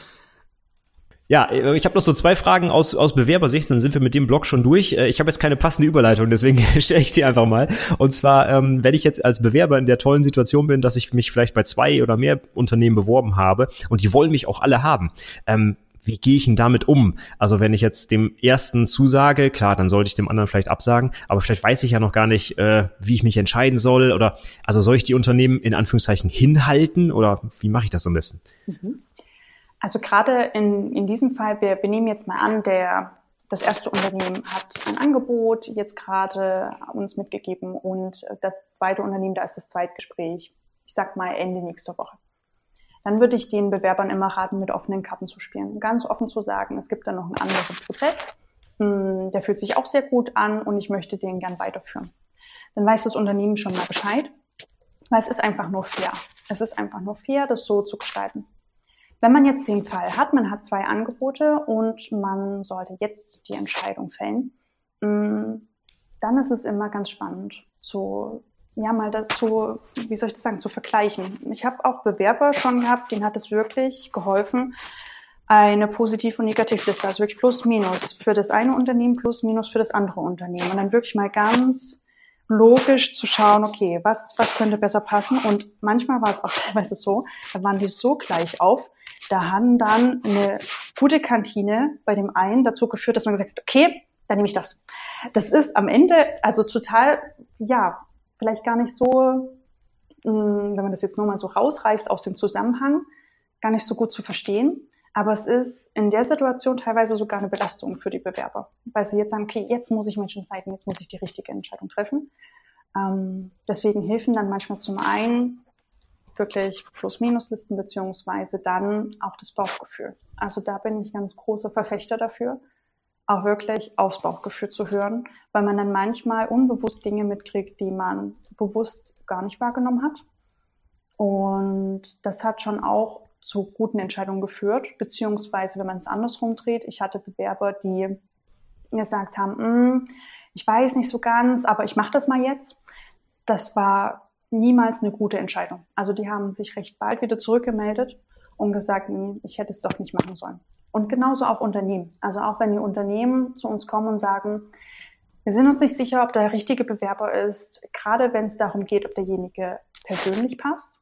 Ja, ich habe noch so 2 Fragen aus Bewerbersicht, dann sind wir mit dem Blog schon durch. Ich habe jetzt keine passende Überleitung, deswegen stelle ich sie einfach mal. Und zwar, wenn ich jetzt als Bewerber in der tollen Situation bin, dass ich mich vielleicht bei 2 oder mehr Unternehmen beworben habe und die wollen mich auch alle haben, wie gehe ich denn damit um? Also wenn ich jetzt dem ersten zusage, klar, dann sollte ich dem anderen vielleicht absagen, aber vielleicht weiß ich ja noch gar nicht, wie ich mich entscheiden soll oder also soll ich die Unternehmen in Anführungszeichen hinhalten oder wie mache ich das am besten? Also gerade in diesem Fall, wir nehmen jetzt mal an, das erste Unternehmen hat ein Angebot jetzt gerade uns mitgegeben und das zweite Unternehmen, da ist das Zweitgespräch, ich sag mal Ende nächster Woche. Dann würde ich den Bewerbern immer raten, mit offenen Karten zu spielen. Ganz offen zu sagen, es gibt da noch einen anderen Prozess, der fühlt sich auch sehr gut an und ich möchte den gern weiterführen. Dann weiß das Unternehmen schon mal Bescheid, weil es ist einfach nur fair. Es ist einfach nur fair, das so zu gestalten. Wenn man jetzt den Fall hat, man hat 2 Angebote und man sollte jetzt die Entscheidung fällen, dann ist es immer ganz spannend, mal dazu, wie soll ich das sagen, zu vergleichen. Ich habe auch Bewerber schon gehabt, denen hat es wirklich geholfen, eine Positiv- und Negativliste, also wirklich plus, minus für das eine Unternehmen, plus, minus für das andere Unternehmen. Und dann wirklich mal ganz logisch zu schauen, okay, was könnte besser passen? Und manchmal war es auch teilweise so, da waren die so gleich auf, da haben dann eine gute Kantine bei dem einen dazu geführt, dass man gesagt hat, okay, dann nehme ich das. Das ist am Ende also total, vielleicht gar nicht so, wenn man das jetzt nur mal so rausreißt aus dem Zusammenhang, gar nicht so gut zu verstehen. Aber es ist in der Situation teilweise sogar eine Belastung für die Bewerber, weil sie jetzt sagen, okay, jetzt muss ich mich entscheiden, jetzt muss ich die richtige Entscheidung treffen. Deswegen helfen dann manchmal zum einen wirklich Plus-Minus-Listen beziehungsweise dann auch das Bauchgefühl. Also da bin ich ganz großer Verfechter dafür, auch wirklich aufs Bauchgefühl zu hören, weil man dann manchmal unbewusst Dinge mitkriegt, die man bewusst gar nicht wahrgenommen hat. Und das hat schon auch zu guten Entscheidungen geführt, beziehungsweise wenn man es andersrum dreht, ich hatte Bewerber, die gesagt haben, ich weiß nicht so ganz, aber ich mache das mal jetzt. Das war niemals eine gute Entscheidung. Also die haben sich recht bald wieder zurückgemeldet und gesagt, nee, ich hätte es doch nicht machen sollen. Und genauso auch Unternehmen. Also auch wenn die Unternehmen zu uns kommen und sagen, wir sind uns nicht sicher, ob der richtige Bewerber ist, gerade wenn es darum geht, ob derjenige persönlich passt.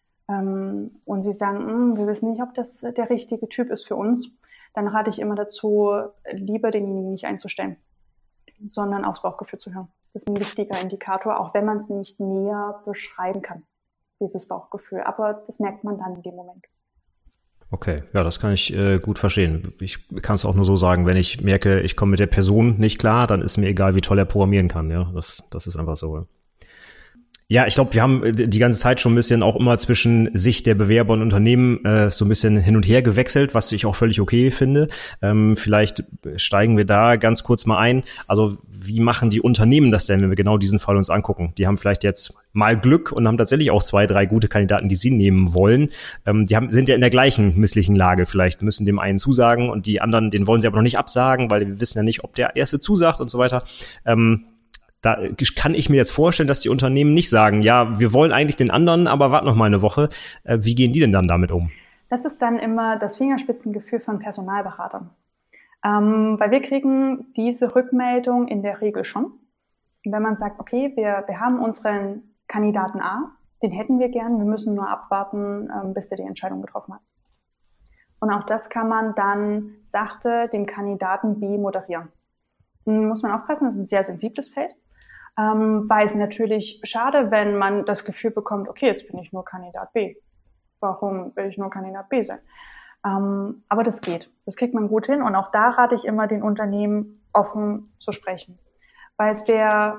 Und sie sagen, wir wissen nicht, ob das der richtige Typ ist für uns, dann rate ich immer dazu, lieber denjenigen nicht einzustellen, sondern aufs Bauchgefühl zu hören. Das ist ein wichtiger Indikator, auch wenn man es nicht näher beschreiben kann, dieses Bauchgefühl. Aber das merkt man dann in dem Moment. Okay, ja, das kann ich gut verstehen. Ich kann es auch nur so sagen, wenn ich merke, ich komme mit der Person nicht klar, dann ist mir egal, wie toll er programmieren kann. Ja, das ist einfach so. Ja, ich glaube, wir haben die ganze Zeit schon ein bisschen auch immer zwischen Sicht der Bewerber und Unternehmen so ein bisschen hin und her gewechselt, was ich auch völlig okay finde. Vielleicht steigen wir da ganz kurz mal ein. Also wie machen die Unternehmen das denn, wenn wir genau diesen Fall uns angucken? Die haben vielleicht jetzt mal Glück und haben tatsächlich auch 2, 3 gute Kandidaten, die sie nehmen wollen. Sind ja in der gleichen misslichen Lage. Vielleicht müssen dem einen zusagen und die anderen, den wollen sie aber noch nicht absagen, weil wir wissen ja nicht, ob der Erste zusagt und so weiter. Da kann ich mir jetzt vorstellen, dass die Unternehmen nicht sagen, ja, wir wollen eigentlich den anderen, aber wart noch mal eine Woche. Wie gehen die denn dann damit um? Das ist dann immer das Fingerspitzengefühl von Personalberatern. Weil wir kriegen diese Rückmeldung in der Regel schon. Wenn man sagt, okay, wir haben unseren Kandidaten A, den hätten wir gern, wir müssen nur abwarten, bis der die Entscheidung getroffen hat. Und auch das kann man dann sachte dem Kandidaten B moderieren. Muss man aufpassen, das ist ein sehr sensibles Feld. Weil es natürlich schade, wenn man das Gefühl bekommt, okay, jetzt bin ich nur Kandidat B. Warum will ich nur Kandidat B sein? Aber das geht. Das kriegt man gut hin. Und auch da rate ich immer den Unternehmen, offen zu sprechen. Weil es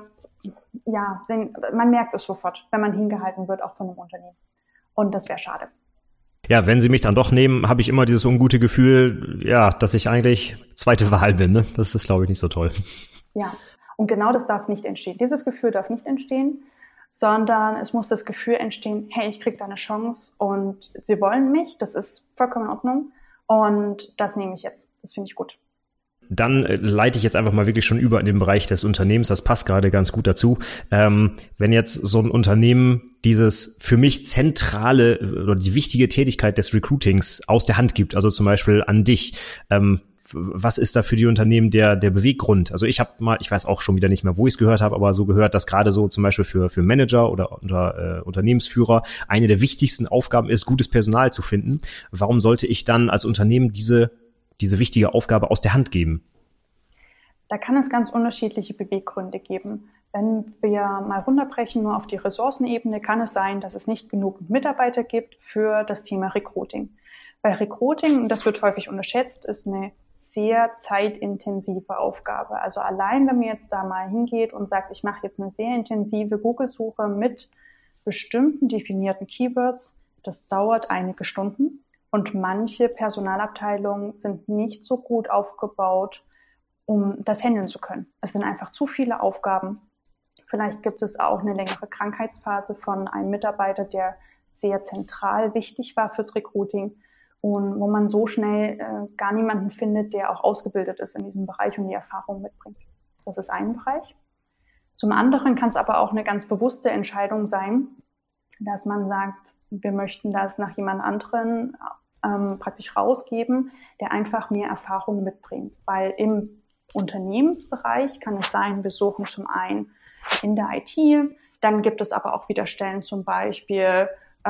man merkt es sofort, wenn man hingehalten wird, auch von einem Unternehmen. Und das wäre schade. Ja, wenn sie mich dann doch nehmen, habe ich immer dieses ungute Gefühl, ja, dass ich eigentlich zweite Wahl bin. Ne? Das ist, glaube ich, nicht so toll. Ja. Und genau das darf nicht entstehen. Dieses Gefühl darf nicht entstehen, sondern es muss das Gefühl entstehen, hey, ich kriege da eine Chance und sie wollen mich, das ist vollkommen in Ordnung und das nehme ich jetzt. Das finde ich gut. Dann leite ich jetzt einfach mal wirklich schon über in den Bereich des Unternehmens. Das passt gerade ganz gut dazu. Wenn jetzt so ein Unternehmen dieses für mich zentrale oder die wichtige Tätigkeit des Recruitings aus der Hand gibt, also zum Beispiel an dich, was ist da für die Unternehmen der Beweggrund? Also ich habe mal, ich weiß auch schon wieder nicht mehr, wo ich es gehört habe, aber so gehört, dass gerade so zum Beispiel für Manager oder Unternehmensführer eine der wichtigsten Aufgaben ist, gutes Personal zu finden. Warum sollte ich dann als Unternehmen diese wichtige Aufgabe aus der Hand geben? Da kann es ganz unterschiedliche Beweggründe geben. Wenn wir mal runterbrechen, nur auf die Ressourcenebene, kann es sein, dass es nicht genug Mitarbeiter gibt für das Thema Recruiting. Weil Recruiting, und das wird häufig unterschätzt, ist eine sehr zeitintensive Aufgabe. Also allein, wenn man jetzt da mal hingeht und sagt, ich mache jetzt eine sehr intensive Google-Suche mit bestimmten definierten Keywords, das dauert einige Stunden. Und manche Personalabteilungen sind nicht so gut aufgebaut, um das handeln zu können. Es sind einfach zu viele Aufgaben. Vielleicht gibt es auch eine längere Krankheitsphase von einem Mitarbeiter, der sehr zentral wichtig war fürs Recruiting und wo man so schnell gar niemanden findet, der auch ausgebildet ist in diesem Bereich und die Erfahrung mitbringt. Das ist ein Bereich. Zum anderen kann es aber auch eine ganz bewusste Entscheidung sein, dass man sagt, wir möchten das nach jemand anderen praktisch rausgeben, der einfach mehr Erfahrung mitbringt. Weil im Unternehmensbereich kann es sein, wir suchen zum einen in der IT, dann gibt es aber auch wieder Stellen zum Beispiel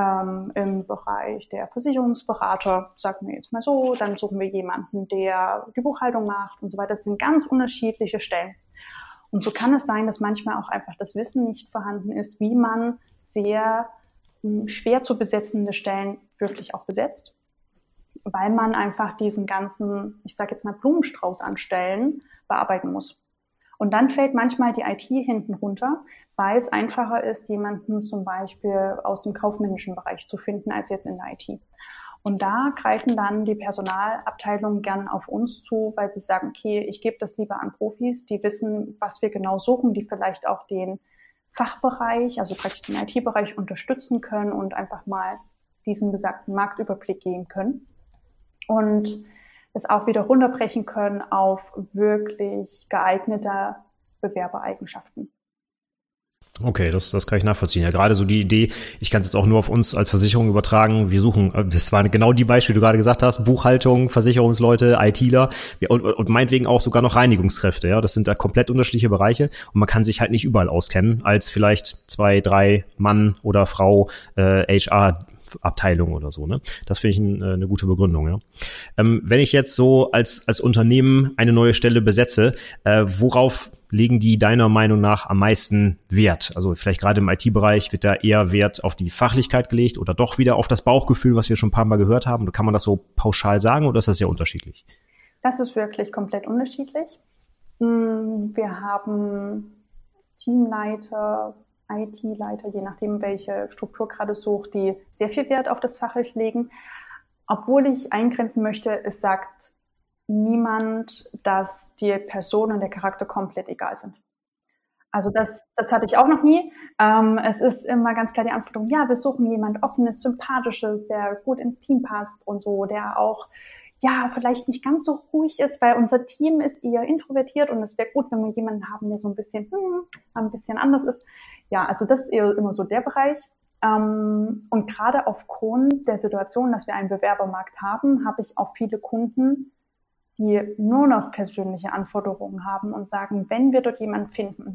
im Bereich der Versicherungsberater, sagen wir jetzt mal so, dann suchen wir jemanden, der die Buchhaltung macht und so weiter. Das sind ganz unterschiedliche Stellen. Und so kann es sein, dass manchmal auch einfach das Wissen nicht vorhanden ist, wie man sehr schwer zu besetzende Stellen wirklich auch besetzt, weil man einfach diesen ganzen, ich sage jetzt mal Blumenstrauß an Stellen bearbeiten muss. Und dann fällt manchmal die IT hinten runter, weil es einfacher ist, jemanden zum Beispiel aus dem kaufmännischen Bereich zu finden, als jetzt in der IT. Und da greifen dann die Personalabteilungen gern auf uns zu, weil sie sagen, okay, ich gebe das lieber an Profis, die wissen, was wir genau suchen, die vielleicht auch den Fachbereich, also praktisch den IT-Bereich unterstützen können und einfach mal diesen besagten Marktüberblick geben können und es auch wieder runterbrechen können auf wirklich geeignete Bewerbereigenschaften. Okay, das kann ich nachvollziehen. Ja, gerade so die Idee, ich kann es jetzt auch nur auf uns als Versicherung übertragen. Wir suchen, das waren genau die Beispiele, die du gerade gesagt hast, Buchhaltung, Versicherungsleute, ITler und meinetwegen auch sogar noch Reinigungskräfte. Ja, das sind da komplett unterschiedliche Bereiche und man kann sich halt nicht überall auskennen als vielleicht 2, 3 Mann oder Frau HR Abteilung oder so, ne? Das finde ich eine gute Begründung, ja. Wenn ich jetzt so als Unternehmen eine neue Stelle besetze, worauf legen die deiner Meinung nach am meisten Wert? Also vielleicht gerade im IT-Bereich wird da eher Wert auf die Fachlichkeit gelegt oder doch wieder auf das Bauchgefühl, was wir schon ein paar Mal gehört haben? Kann man das so pauschal sagen oder ist das sehr unterschiedlich? Das ist wirklich komplett unterschiedlich. Wir haben Teamleiter, IT-Leiter, je nachdem, welche Struktur gerade sucht, die sehr viel Wert auf das Fachlich legen. Obwohl ich eingrenzen möchte, es sagt niemand, dass die Person und der Charakter komplett egal sind. Also das hatte ich auch noch nie. Es ist immer ganz klar die Anforderung, ja, wir suchen jemand Offenes, Sympathisches, der gut ins Team passt und so, der auch vielleicht nicht ganz so ruhig ist, weil unser Team ist eher introvertiert und es wäre gut, wenn wir jemanden haben, der so ein bisschen anders ist. Ja, also das ist eher immer so der Bereich. Und gerade aufgrund der Situation, dass wir einen Bewerbermarkt haben, habe ich auch viele Kunden, die nur noch persönliche Anforderungen haben und sagen, wenn wir dort jemanden finden,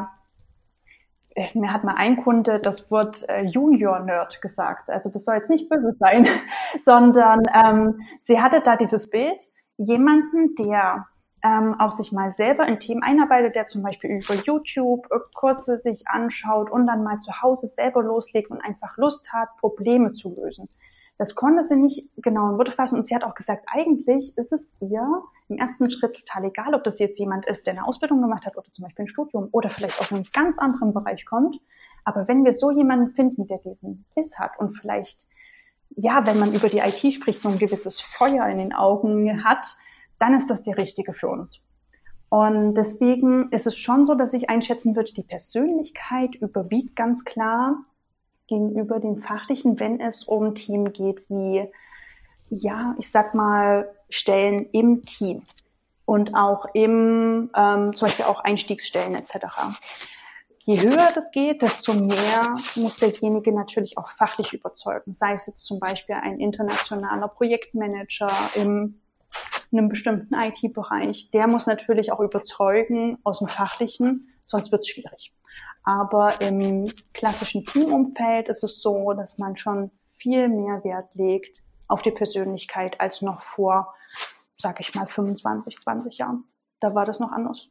mir hat mal ein Kunde das Wort Junior-Nerd gesagt. Also das soll jetzt nicht böse sein, sondern sie hatte da dieses Bild, jemanden, der auch sich mal selber in Themen einarbeitet, der zum Beispiel über YouTube Kurse sich anschaut und dann mal zu Hause selber loslegt und einfach Lust hat, Probleme zu lösen. Das konnte sie nicht genau in Worte fassen und sie hat auch gesagt, eigentlich ist es ihr im ersten Schritt total egal, ob das jetzt jemand ist, der eine Ausbildung gemacht hat oder zum Beispiel ein Studium oder vielleicht aus einem ganz anderen Bereich kommt. Aber wenn wir so jemanden finden, der diesen Biss hat und vielleicht, wenn man über die IT spricht, so ein gewisses Feuer in den Augen hat, dann ist das die richtige für uns. Und deswegen ist es schon so, dass ich einschätzen würde, die Persönlichkeit überwiegt ganz klar gegenüber den Fachlichen, wenn es um Themen geht wie, ich sag mal, Stellen im Team und auch zum Beispiel auch Einstiegsstellen etc. Je höher das geht, desto mehr muss derjenige natürlich auch fachlich überzeugen. Sei es jetzt zum Beispiel ein internationaler Projektmanager in einem bestimmten IT-Bereich. Der muss natürlich auch überzeugen aus dem Fachlichen, sonst wird es schwierig. Aber im klassischen Teamumfeld ist es so, dass man schon viel mehr Wert legt auf die Persönlichkeit als noch vor, sag ich mal, 25, 20 Jahren. Da war das noch anders.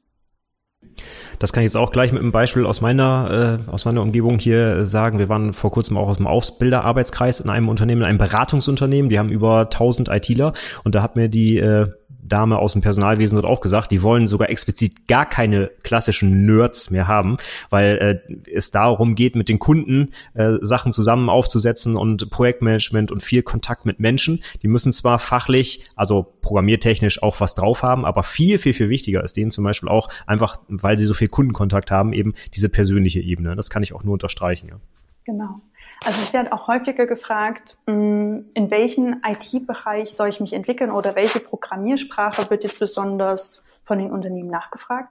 Das kann ich jetzt auch gleich mit einem Beispiel aus meiner Umgebung hier sagen. Wir waren vor kurzem auch aus dem Ausbilderarbeitskreis in einem Unternehmen, in einem Beratungsunternehmen. Die haben über 1000 ITler und da hat mir die Dame aus dem Personalwesen dort auch gesagt, die wollen sogar explizit gar keine klassischen Nerds mehr haben, weil es darum geht, mit den Kunden Sachen zusammen aufzusetzen und Projektmanagement und viel Kontakt mit Menschen. Die müssen zwar fachlich, also programmiertechnisch auch was drauf haben, aber viel, viel, viel wichtiger ist denen zum Beispiel auch einfach, weil sie so viel Kundenkontakt haben, eben diese persönliche Ebene. Das kann ich auch nur unterstreichen. Ja. Genau. Also ich werde auch häufiger gefragt, in welchen IT-Bereich soll ich mich entwickeln oder welche Programmiersprache wird jetzt besonders von den Unternehmen nachgefragt.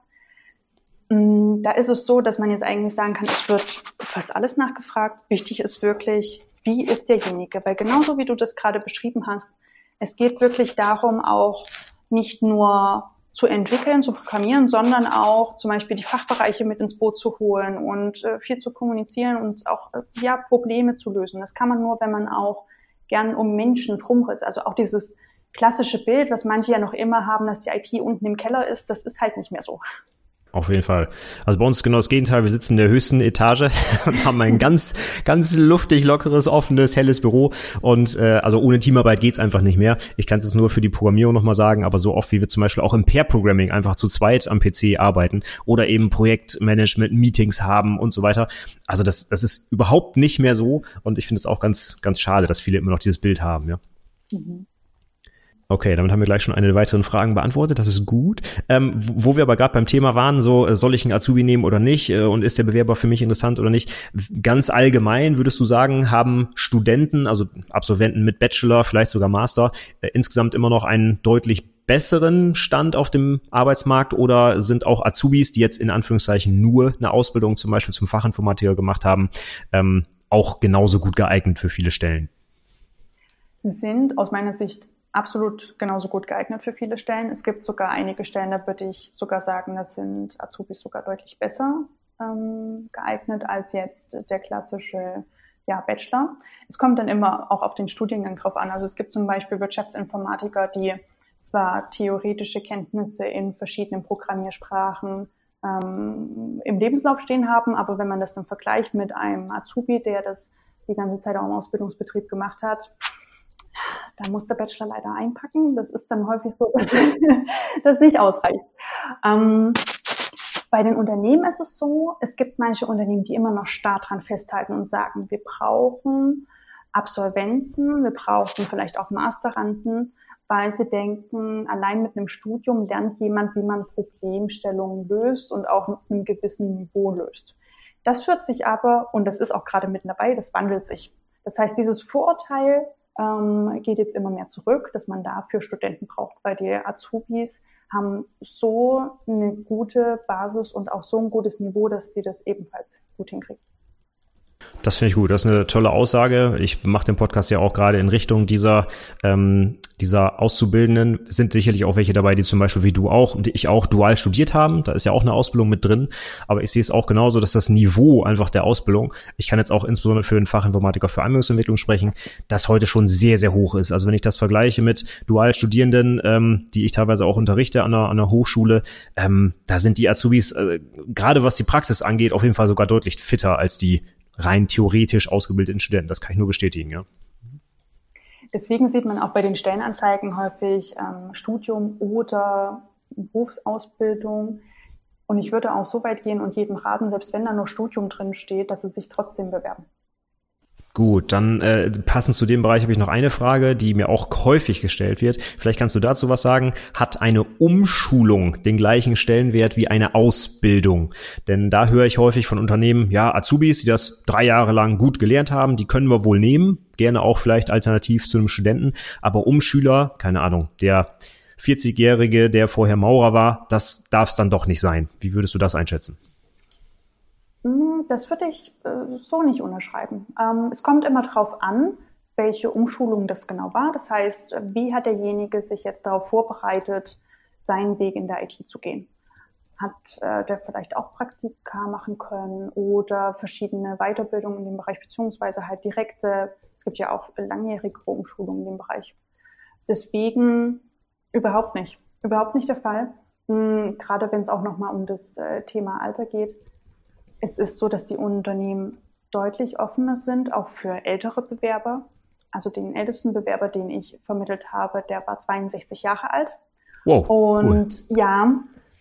Da ist es so, dass man jetzt eigentlich sagen kann, es wird fast alles nachgefragt. Wichtig ist wirklich, wie ist derjenige? Weil genauso wie du das gerade beschrieben hast, es geht wirklich darum, auch nicht nur zu entwickeln, zu programmieren, sondern auch zum Beispiel die Fachbereiche mit ins Boot zu holen und viel zu kommunizieren und auch Probleme zu lösen. Das kann man nur, wenn man auch gern um Menschen drum ist. Also auch dieses klassische Bild, was manche ja noch immer haben, dass die IT unten im Keller ist, das ist halt nicht mehr so. Auf jeden Fall. Also bei uns ist genau das Gegenteil. Wir sitzen in der höchsten Etage und haben ein ganz, ganz luftig, lockeres, offenes, helles Büro. Und also ohne Teamarbeit geht's einfach nicht mehr. Ich kann es jetzt nur für die Programmierung nochmal sagen, aber so oft wie wir zum Beispiel auch im Pair-Programming einfach zu zweit am PC arbeiten oder eben Projektmanagement, Meetings haben und so weiter. Also das ist überhaupt nicht mehr so. Und ich finde es auch ganz, ganz schade, dass viele immer noch dieses Bild haben. Ja. Mhm. Okay, damit haben wir gleich schon eine der weiteren Fragen beantwortet. Das ist gut. Wo wir aber gerade beim Thema waren, so soll ich einen Azubi nehmen oder nicht und ist der Bewerber für mich interessant oder nicht? Ganz allgemein würdest du sagen, haben Studenten, also Absolventen mit Bachelor, vielleicht sogar Master, insgesamt immer noch einen deutlich besseren Stand auf dem Arbeitsmarkt oder sind auch Azubis, die jetzt in Anführungszeichen nur eine Ausbildung zum Beispiel zum Fachinformatiker gemacht haben, auch genauso gut geeignet für viele Stellen? Sie sind aus meiner Sicht absolut genauso gut geeignet für viele Stellen. Es gibt sogar einige Stellen, da würde ich sogar sagen, das sind Azubis sogar deutlich besser geeignet als jetzt der klassische Bachelor. Es kommt dann immer auch auf den Studiengang drauf an. Also es gibt zum Beispiel Wirtschaftsinformatiker, die zwar theoretische Kenntnisse in verschiedenen Programmiersprachen im Lebenslauf stehen haben, aber wenn man das dann vergleicht mit einem Azubi, der das die ganze Zeit auch im Ausbildungsbetrieb gemacht hat, da muss der Bachelor leider einpacken. Das ist dann häufig so, dass das nicht ausreicht. Bei den Unternehmen ist es so, es gibt manche Unternehmen, die immer noch stark dran festhalten und sagen, wir brauchen Absolventen, wir brauchen vielleicht auch Masteranden, weil sie denken, allein mit einem Studium lernt jemand, wie man Problemstellungen löst und auch mit einem gewissen Niveau löst. Das führt sich aber, und das ist auch gerade mit dabei, das wandelt sich. Das heißt, dieses Vorurteil geht jetzt immer mehr zurück, dass man dafür Studenten braucht, weil die Azubis haben so eine gute Basis und auch so ein gutes Niveau, dass sie das ebenfalls gut hinkriegen. Das finde ich gut. Das ist eine tolle Aussage. Ich mache den Podcast ja auch gerade in Richtung dieser Auszubildenden. Sind sicherlich auch welche dabei, die zum Beispiel wie du auch und ich auch dual studiert haben. Da ist ja auch eine Ausbildung mit drin. Aber ich sehe es auch genauso, dass das Niveau einfach der Ausbildung, ich kann jetzt auch insbesondere für einen Fachinformatiker für Anwendungsentwicklung sprechen, das heute schon sehr, sehr hoch ist. Also wenn ich das vergleiche mit dual Studierenden, die ich teilweise auch unterrichte an einer Hochschule, da sind die Azubis, gerade was die Praxis angeht, auf jeden Fall sogar deutlich fitter als die rein theoretisch ausgebildeten Studenten. Das kann ich nur bestätigen, ja. Deswegen sieht man auch bei den Stellenanzeigen häufig Studium oder Berufsausbildung. Und ich würde auch so weit gehen und jedem raten, selbst wenn da nur Studium drin steht, dass sie sich trotzdem bewerben. Gut, dann passend zu dem Bereich habe ich noch eine Frage, die mir auch häufig gestellt wird. Vielleicht kannst du dazu was sagen. Hat eine Umschulung den gleichen Stellenwert wie eine Ausbildung? Denn da höre ich häufig von Unternehmen, ja, Azubis, die das 3 Jahre lang gut gelernt haben, die können wir wohl nehmen, gerne auch vielleicht alternativ zu einem Studenten. Aber Umschüler, keine Ahnung, der 40-Jährige, der vorher Maurer war, das darf es dann doch nicht sein. Wie würdest du das einschätzen? Das würde ich so nicht unterschreiben. Es kommt immer darauf an, welche Umschulung das genau war. Das heißt, wie hat derjenige sich jetzt darauf vorbereitet, seinen Weg in der IT zu gehen? Hat der vielleicht auch Praktika machen können oder verschiedene Weiterbildungen in dem Bereich, beziehungsweise halt direkte, es gibt ja auch langjährige Umschulungen in dem Bereich. Deswegen überhaupt nicht der Fall. Gerade wenn es auch nochmal um das Thema Alter geht. Es ist so, dass die Unternehmen deutlich offener sind, auch für ältere Bewerber. Also den ältesten Bewerber, den ich vermittelt habe, der war 62 Jahre alt. Wow, und cool. Ja,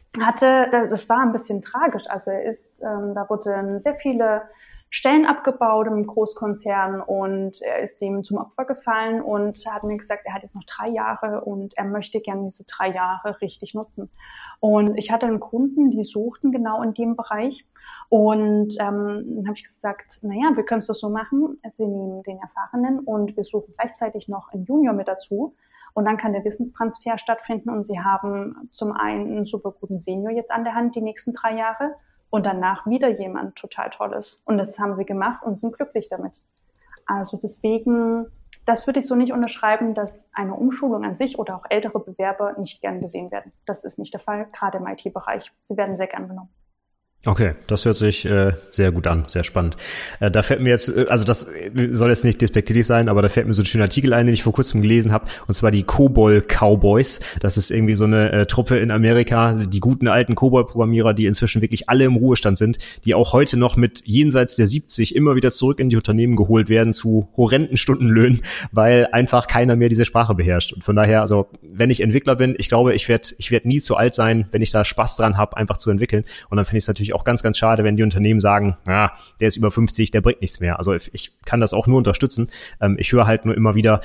das war ein bisschen tragisch. Also da wurden sehr viele Stellen abgebaut im Großkonzern und er ist dem zum Opfer gefallen und hat mir gesagt, er hat jetzt noch 3 Jahre und er möchte gerne diese 3 Jahre richtig nutzen. Und ich hatte einen Kunden, die suchten genau in dem Bereich. Und dann habe ich gesagt, naja, wir können es doch so machen. Sie nehmen den Erfahrenen und wir suchen gleichzeitig noch einen Junior mit dazu. Und dann kann der Wissenstransfer stattfinden und Sie haben zum einen einen super guten Senior jetzt an der Hand die nächsten 3 Jahre und danach wieder jemand total Tolles. Und das haben Sie gemacht und sind glücklich damit. Also deswegen, das würde ich so nicht unterschreiben, dass eine Umschulung an sich oder auch ältere Bewerber nicht gern gesehen werden. Das ist nicht der Fall, gerade im IT-Bereich. Sie werden sehr gern genommen. Okay, das hört sich sehr gut an, sehr spannend. Da fällt mir jetzt, also das soll jetzt nicht despektierlich sein, aber da fällt mir so ein schöner Artikel ein, den ich vor kurzem gelesen habe, und zwar die COBOL Cowboys. Das ist irgendwie so eine Truppe in Amerika, die guten alten COBOL-Programmierer, die inzwischen wirklich alle im Ruhestand sind, die auch heute noch mit jenseits der 70 immer wieder zurück in die Unternehmen geholt werden zu horrenden Stundenlöhnen, weil einfach keiner mehr diese Sprache beherrscht. Und von daher, also wenn ich Entwickler bin, ich glaube, ich werd nie zu alt sein, wenn ich da Spaß dran habe, einfach zu entwickeln. Und dann finde ich es natürlich auch ganz, ganz schade, wenn die Unternehmen sagen, ja, der ist über 50, der bringt nichts mehr. Also ich kann das auch nur unterstützen. Ich höre halt nur immer wieder,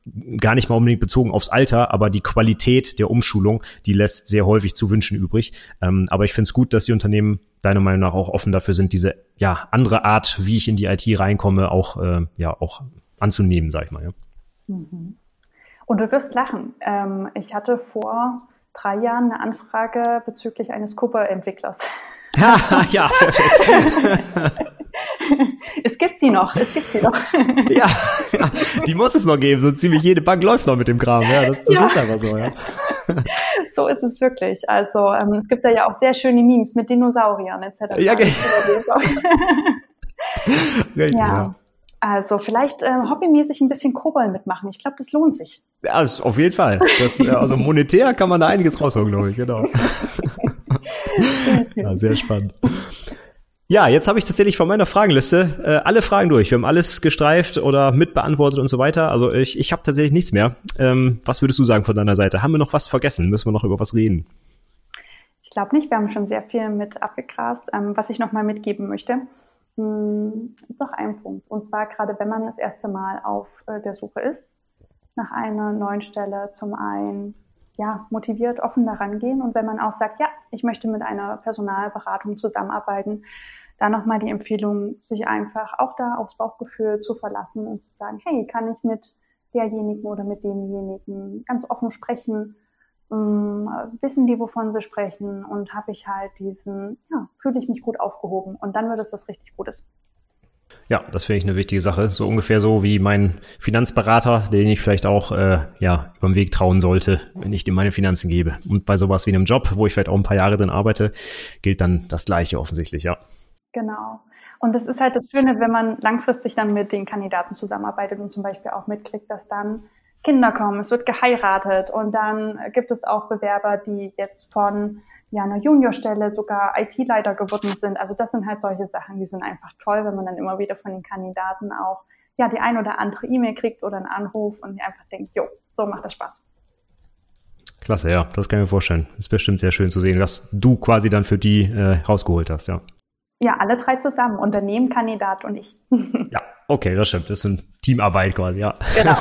gar nicht mal unbedingt bezogen aufs Alter, aber die Qualität der Umschulung, die lässt sehr häufig zu wünschen übrig. Aber ich finde es gut, dass die Unternehmen deiner Meinung nach auch offen dafür sind, diese andere Art, wie ich in die IT reinkomme, auch anzunehmen, sag ich mal. Ja. Und du wirst lachen. Ich hatte vor 3 Jahren eine Anfrage bezüglich eines Cooper-Entwicklers. Ja, perfekt. Es gibt sie noch. Ja, die muss es noch geben, so ziemlich jede Bank läuft noch mit dem Kram. Ja, das ist einfach so, ja. So ist es wirklich. Also es gibt da ja auch sehr schöne Memes mit Dinosauriern etc. Ja, Richtig, ja. Also vielleicht hobbymäßig ein bisschen Kobold mitmachen. Ich glaube, das lohnt sich. Ja, auf jeden Fall. Also monetär kann man da einiges rausholen, glaube ich. Genau. Ja, sehr spannend. Ja, jetzt habe ich tatsächlich von meiner Fragenliste alle Fragen durch. Wir haben alles gestreift oder mitbeantwortet und so weiter. Also ich habe tatsächlich nichts mehr. Was würdest du sagen von deiner Seite? Haben wir noch was vergessen? Müssen wir noch über was reden? Ich glaube nicht. Wir haben schon sehr viel mit abgegrast. Was ich noch mal mitgeben möchte, ist noch ein Punkt. Und zwar gerade, wenn man das erste Mal auf der Suche ist, nach einer neuen Stelle, zum einen motiviert, offen daran gehen. Und wenn man auch sagt, ja, ich möchte mit einer Personalberatung zusammenarbeiten, dann nochmal die Empfehlung, sich einfach auch da aufs Bauchgefühl zu verlassen und zu sagen, hey, kann ich mit derjenigen oder mit demjenigen ganz offen sprechen, wissen die, wovon sie sprechen, und habe ich halt fühle ich mich gut aufgehoben, und dann wird es was richtig Gutes. Ja, das finde ich eine wichtige Sache. So ungefähr so wie mein Finanzberater, den ich vielleicht auch über den Weg trauen sollte, wenn ich dem meine Finanzen gebe. Und bei sowas wie einem Job, wo ich vielleicht auch ein paar Jahre drin arbeite, gilt dann das Gleiche offensichtlich, ja. Genau. Und das ist halt das Schöne, wenn man langfristig dann mit den Kandidaten zusammenarbeitet und zum Beispiel auch mitkriegt, dass dann Kinder kommen, es wird geheiratet, und dann gibt es auch Bewerber, die jetzt von einer Juniorstelle sogar IT-Leiter geworden sind. Also das sind halt solche Sachen, die sind einfach toll, wenn man dann immer wieder von den Kandidaten auch die ein oder andere E-Mail kriegt oder einen Anruf und einfach denkt, jo, so macht das Spaß. Klasse, ja, das kann ich mir vorstellen. Ist bestimmt sehr schön zu sehen, dass du quasi dann für die rausgeholt hast, ja. Ja, alle 3 zusammen, Unternehmen, Kandidat und ich. Ja, okay, das stimmt. Das ist eine Teamarbeit quasi, ja. Genau.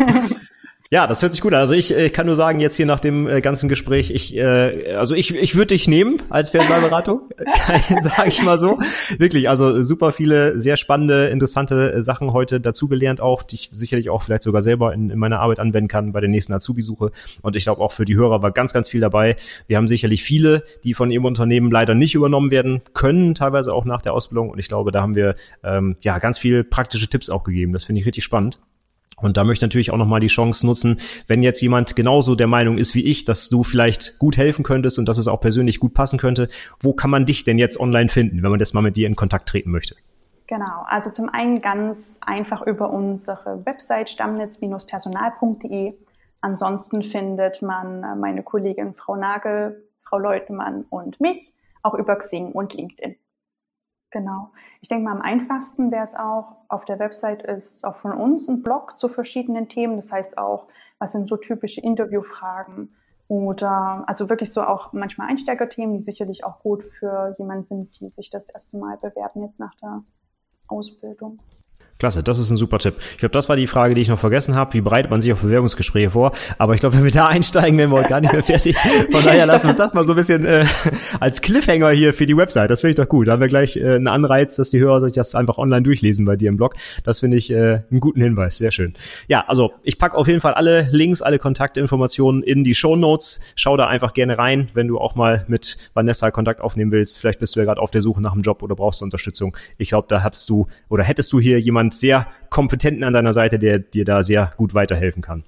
Ja, das hört sich gut an. Also ich kann nur sagen, jetzt hier nach dem ganzen Gespräch, ich würde dich nehmen als Personalberatung, sage ich mal so. Wirklich, also super viele sehr spannende, interessante Sachen heute dazugelernt auch, die ich sicherlich auch vielleicht sogar selber in meiner Arbeit anwenden kann bei der nächsten Azubi-Suche. Und ich glaube auch für die Hörer war ganz, ganz viel dabei. Wir haben sicherlich viele, die von ihrem Unternehmen leider nicht übernommen werden können, teilweise auch nach der Ausbildung. Und ich glaube, da haben wir ganz viel praktische Tipps auch gegeben. Das finde ich richtig spannend. Und da möchte ich natürlich auch nochmal die Chance nutzen, wenn jetzt jemand genauso der Meinung ist wie ich, dass du vielleicht gut helfen könntest und dass es auch persönlich gut passen könnte, wo kann man dich denn jetzt online finden, wenn man das mal mit dir in Kontakt treten möchte? Genau, also zum einen ganz einfach über unsere Website stammnetz-personal.de. Ansonsten findet man meine Kollegin Frau Nagel, Frau Leutemann und mich auch über Xing und LinkedIn. Genau. Ich denke mal, am einfachsten wäre es auch, auf der Website ist auch von uns ein Blog zu verschiedenen Themen. Das heißt auch, was sind so typische Interviewfragen oder also wirklich so auch manchmal Einsteigerthemen, die sicherlich auch gut für jemanden sind, die sich das erste Mal bewerben jetzt nach der Ausbildung. Klasse, das ist ein super Tipp. Ich glaube, das war die Frage, die ich noch vergessen habe. Wie bereitet man sich auf Bewerbungsgespräche vor? Aber ich glaube, wenn wir da einsteigen, werden wir heute gar nicht mehr fertig. Von daher lassen wir uns das mal so ein bisschen als Cliffhanger hier für die Website. Das finde ich doch gut. Da haben wir gleich einen Anreiz, dass die Hörer sich das einfach online durchlesen bei dir im Blog. Das finde ich einen guten Hinweis. Sehr schön. Ja, also ich packe auf jeden Fall alle Links, alle Kontaktinformationen in die Shownotes. Schau da einfach gerne rein, wenn du auch mal mit Vanessa Kontakt aufnehmen willst. Vielleicht bist du ja gerade auf der Suche nach einem Job oder brauchst Unterstützung. Ich glaube, da hättest du hier jemanden sehr kompetenten an deiner Seite, der dir da sehr gut weiterhelfen kann.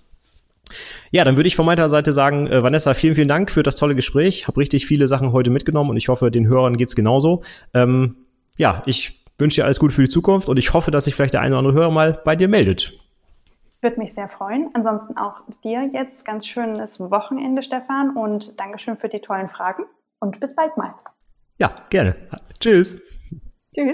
Ja, dann würde ich von meiner Seite sagen, Vanessa, vielen, vielen Dank für das tolle Gespräch. Ich habe richtig viele Sachen heute mitgenommen und ich hoffe, den Hörern geht's genauso. Ich wünsche dir alles Gute für die Zukunft und ich hoffe, dass sich vielleicht der eine oder andere Hörer mal bei dir meldet. Würde mich sehr freuen. Ansonsten auch dir jetzt ganz schönes Wochenende, Stefan, und Dankeschön für die tollen Fragen und bis bald mal. Ja, gerne. Tschüss. Tschüss.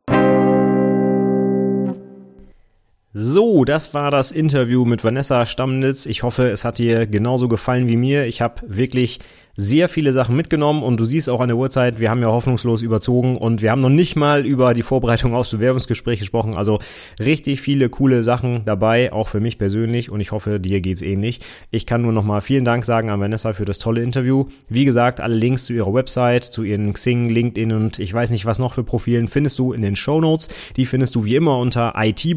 So, das war das Interview mit Vanessa Stammnitz. Ich hoffe, es hat dir genauso gefallen wie mir. Ich habe wirklich sehr viele Sachen mitgenommen und du siehst auch an der Uhrzeit, wir haben ja hoffnungslos überzogen und wir haben noch nicht mal über die Vorbereitung aufs Bewerbungsgespräch gesprochen. Also richtig viele coole Sachen dabei, auch für mich persönlich und ich hoffe, dir geht's ähnlich. Ich kann nur nochmal vielen Dank sagen an Vanessa für das tolle Interview. Wie gesagt, alle Links zu ihrer Website, zu ihren Xing, LinkedIn und ich weiß nicht was noch für Profilen findest du in den Shownotes. Die findest du wie immer unter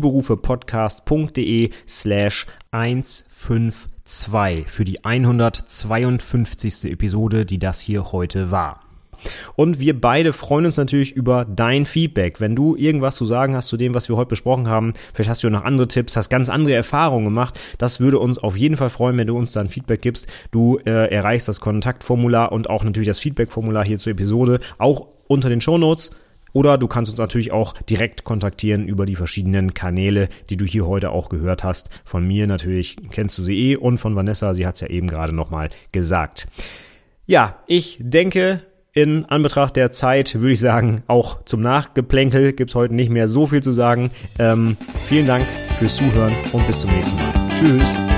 itberufepodcast.de/152 für die 152. Episode, die das hier heute war. Und wir beide freuen uns natürlich über dein Feedback. Wenn du irgendwas zu sagen hast zu dem, was wir heute besprochen haben, vielleicht hast du noch andere Tipps, hast ganz andere Erfahrungen gemacht, das würde uns auf jeden Fall freuen, wenn du uns dann Feedback gibst. Du erreichst das Kontaktformular und auch natürlich das Feedbackformular hier zur Episode auch unter den Shownotes. Oder du kannst uns natürlich auch direkt kontaktieren über die verschiedenen Kanäle, die du hier heute auch gehört hast. Von mir natürlich kennst du sie und von Vanessa, sie hat es ja eben gerade nochmal gesagt. Ja, ich denke, in Anbetracht der Zeit würde ich sagen, auch zum Nachgeplänkel gibt es heute nicht mehr so viel zu sagen. Vielen Dank fürs Zuhören und bis zum nächsten Mal. Tschüss.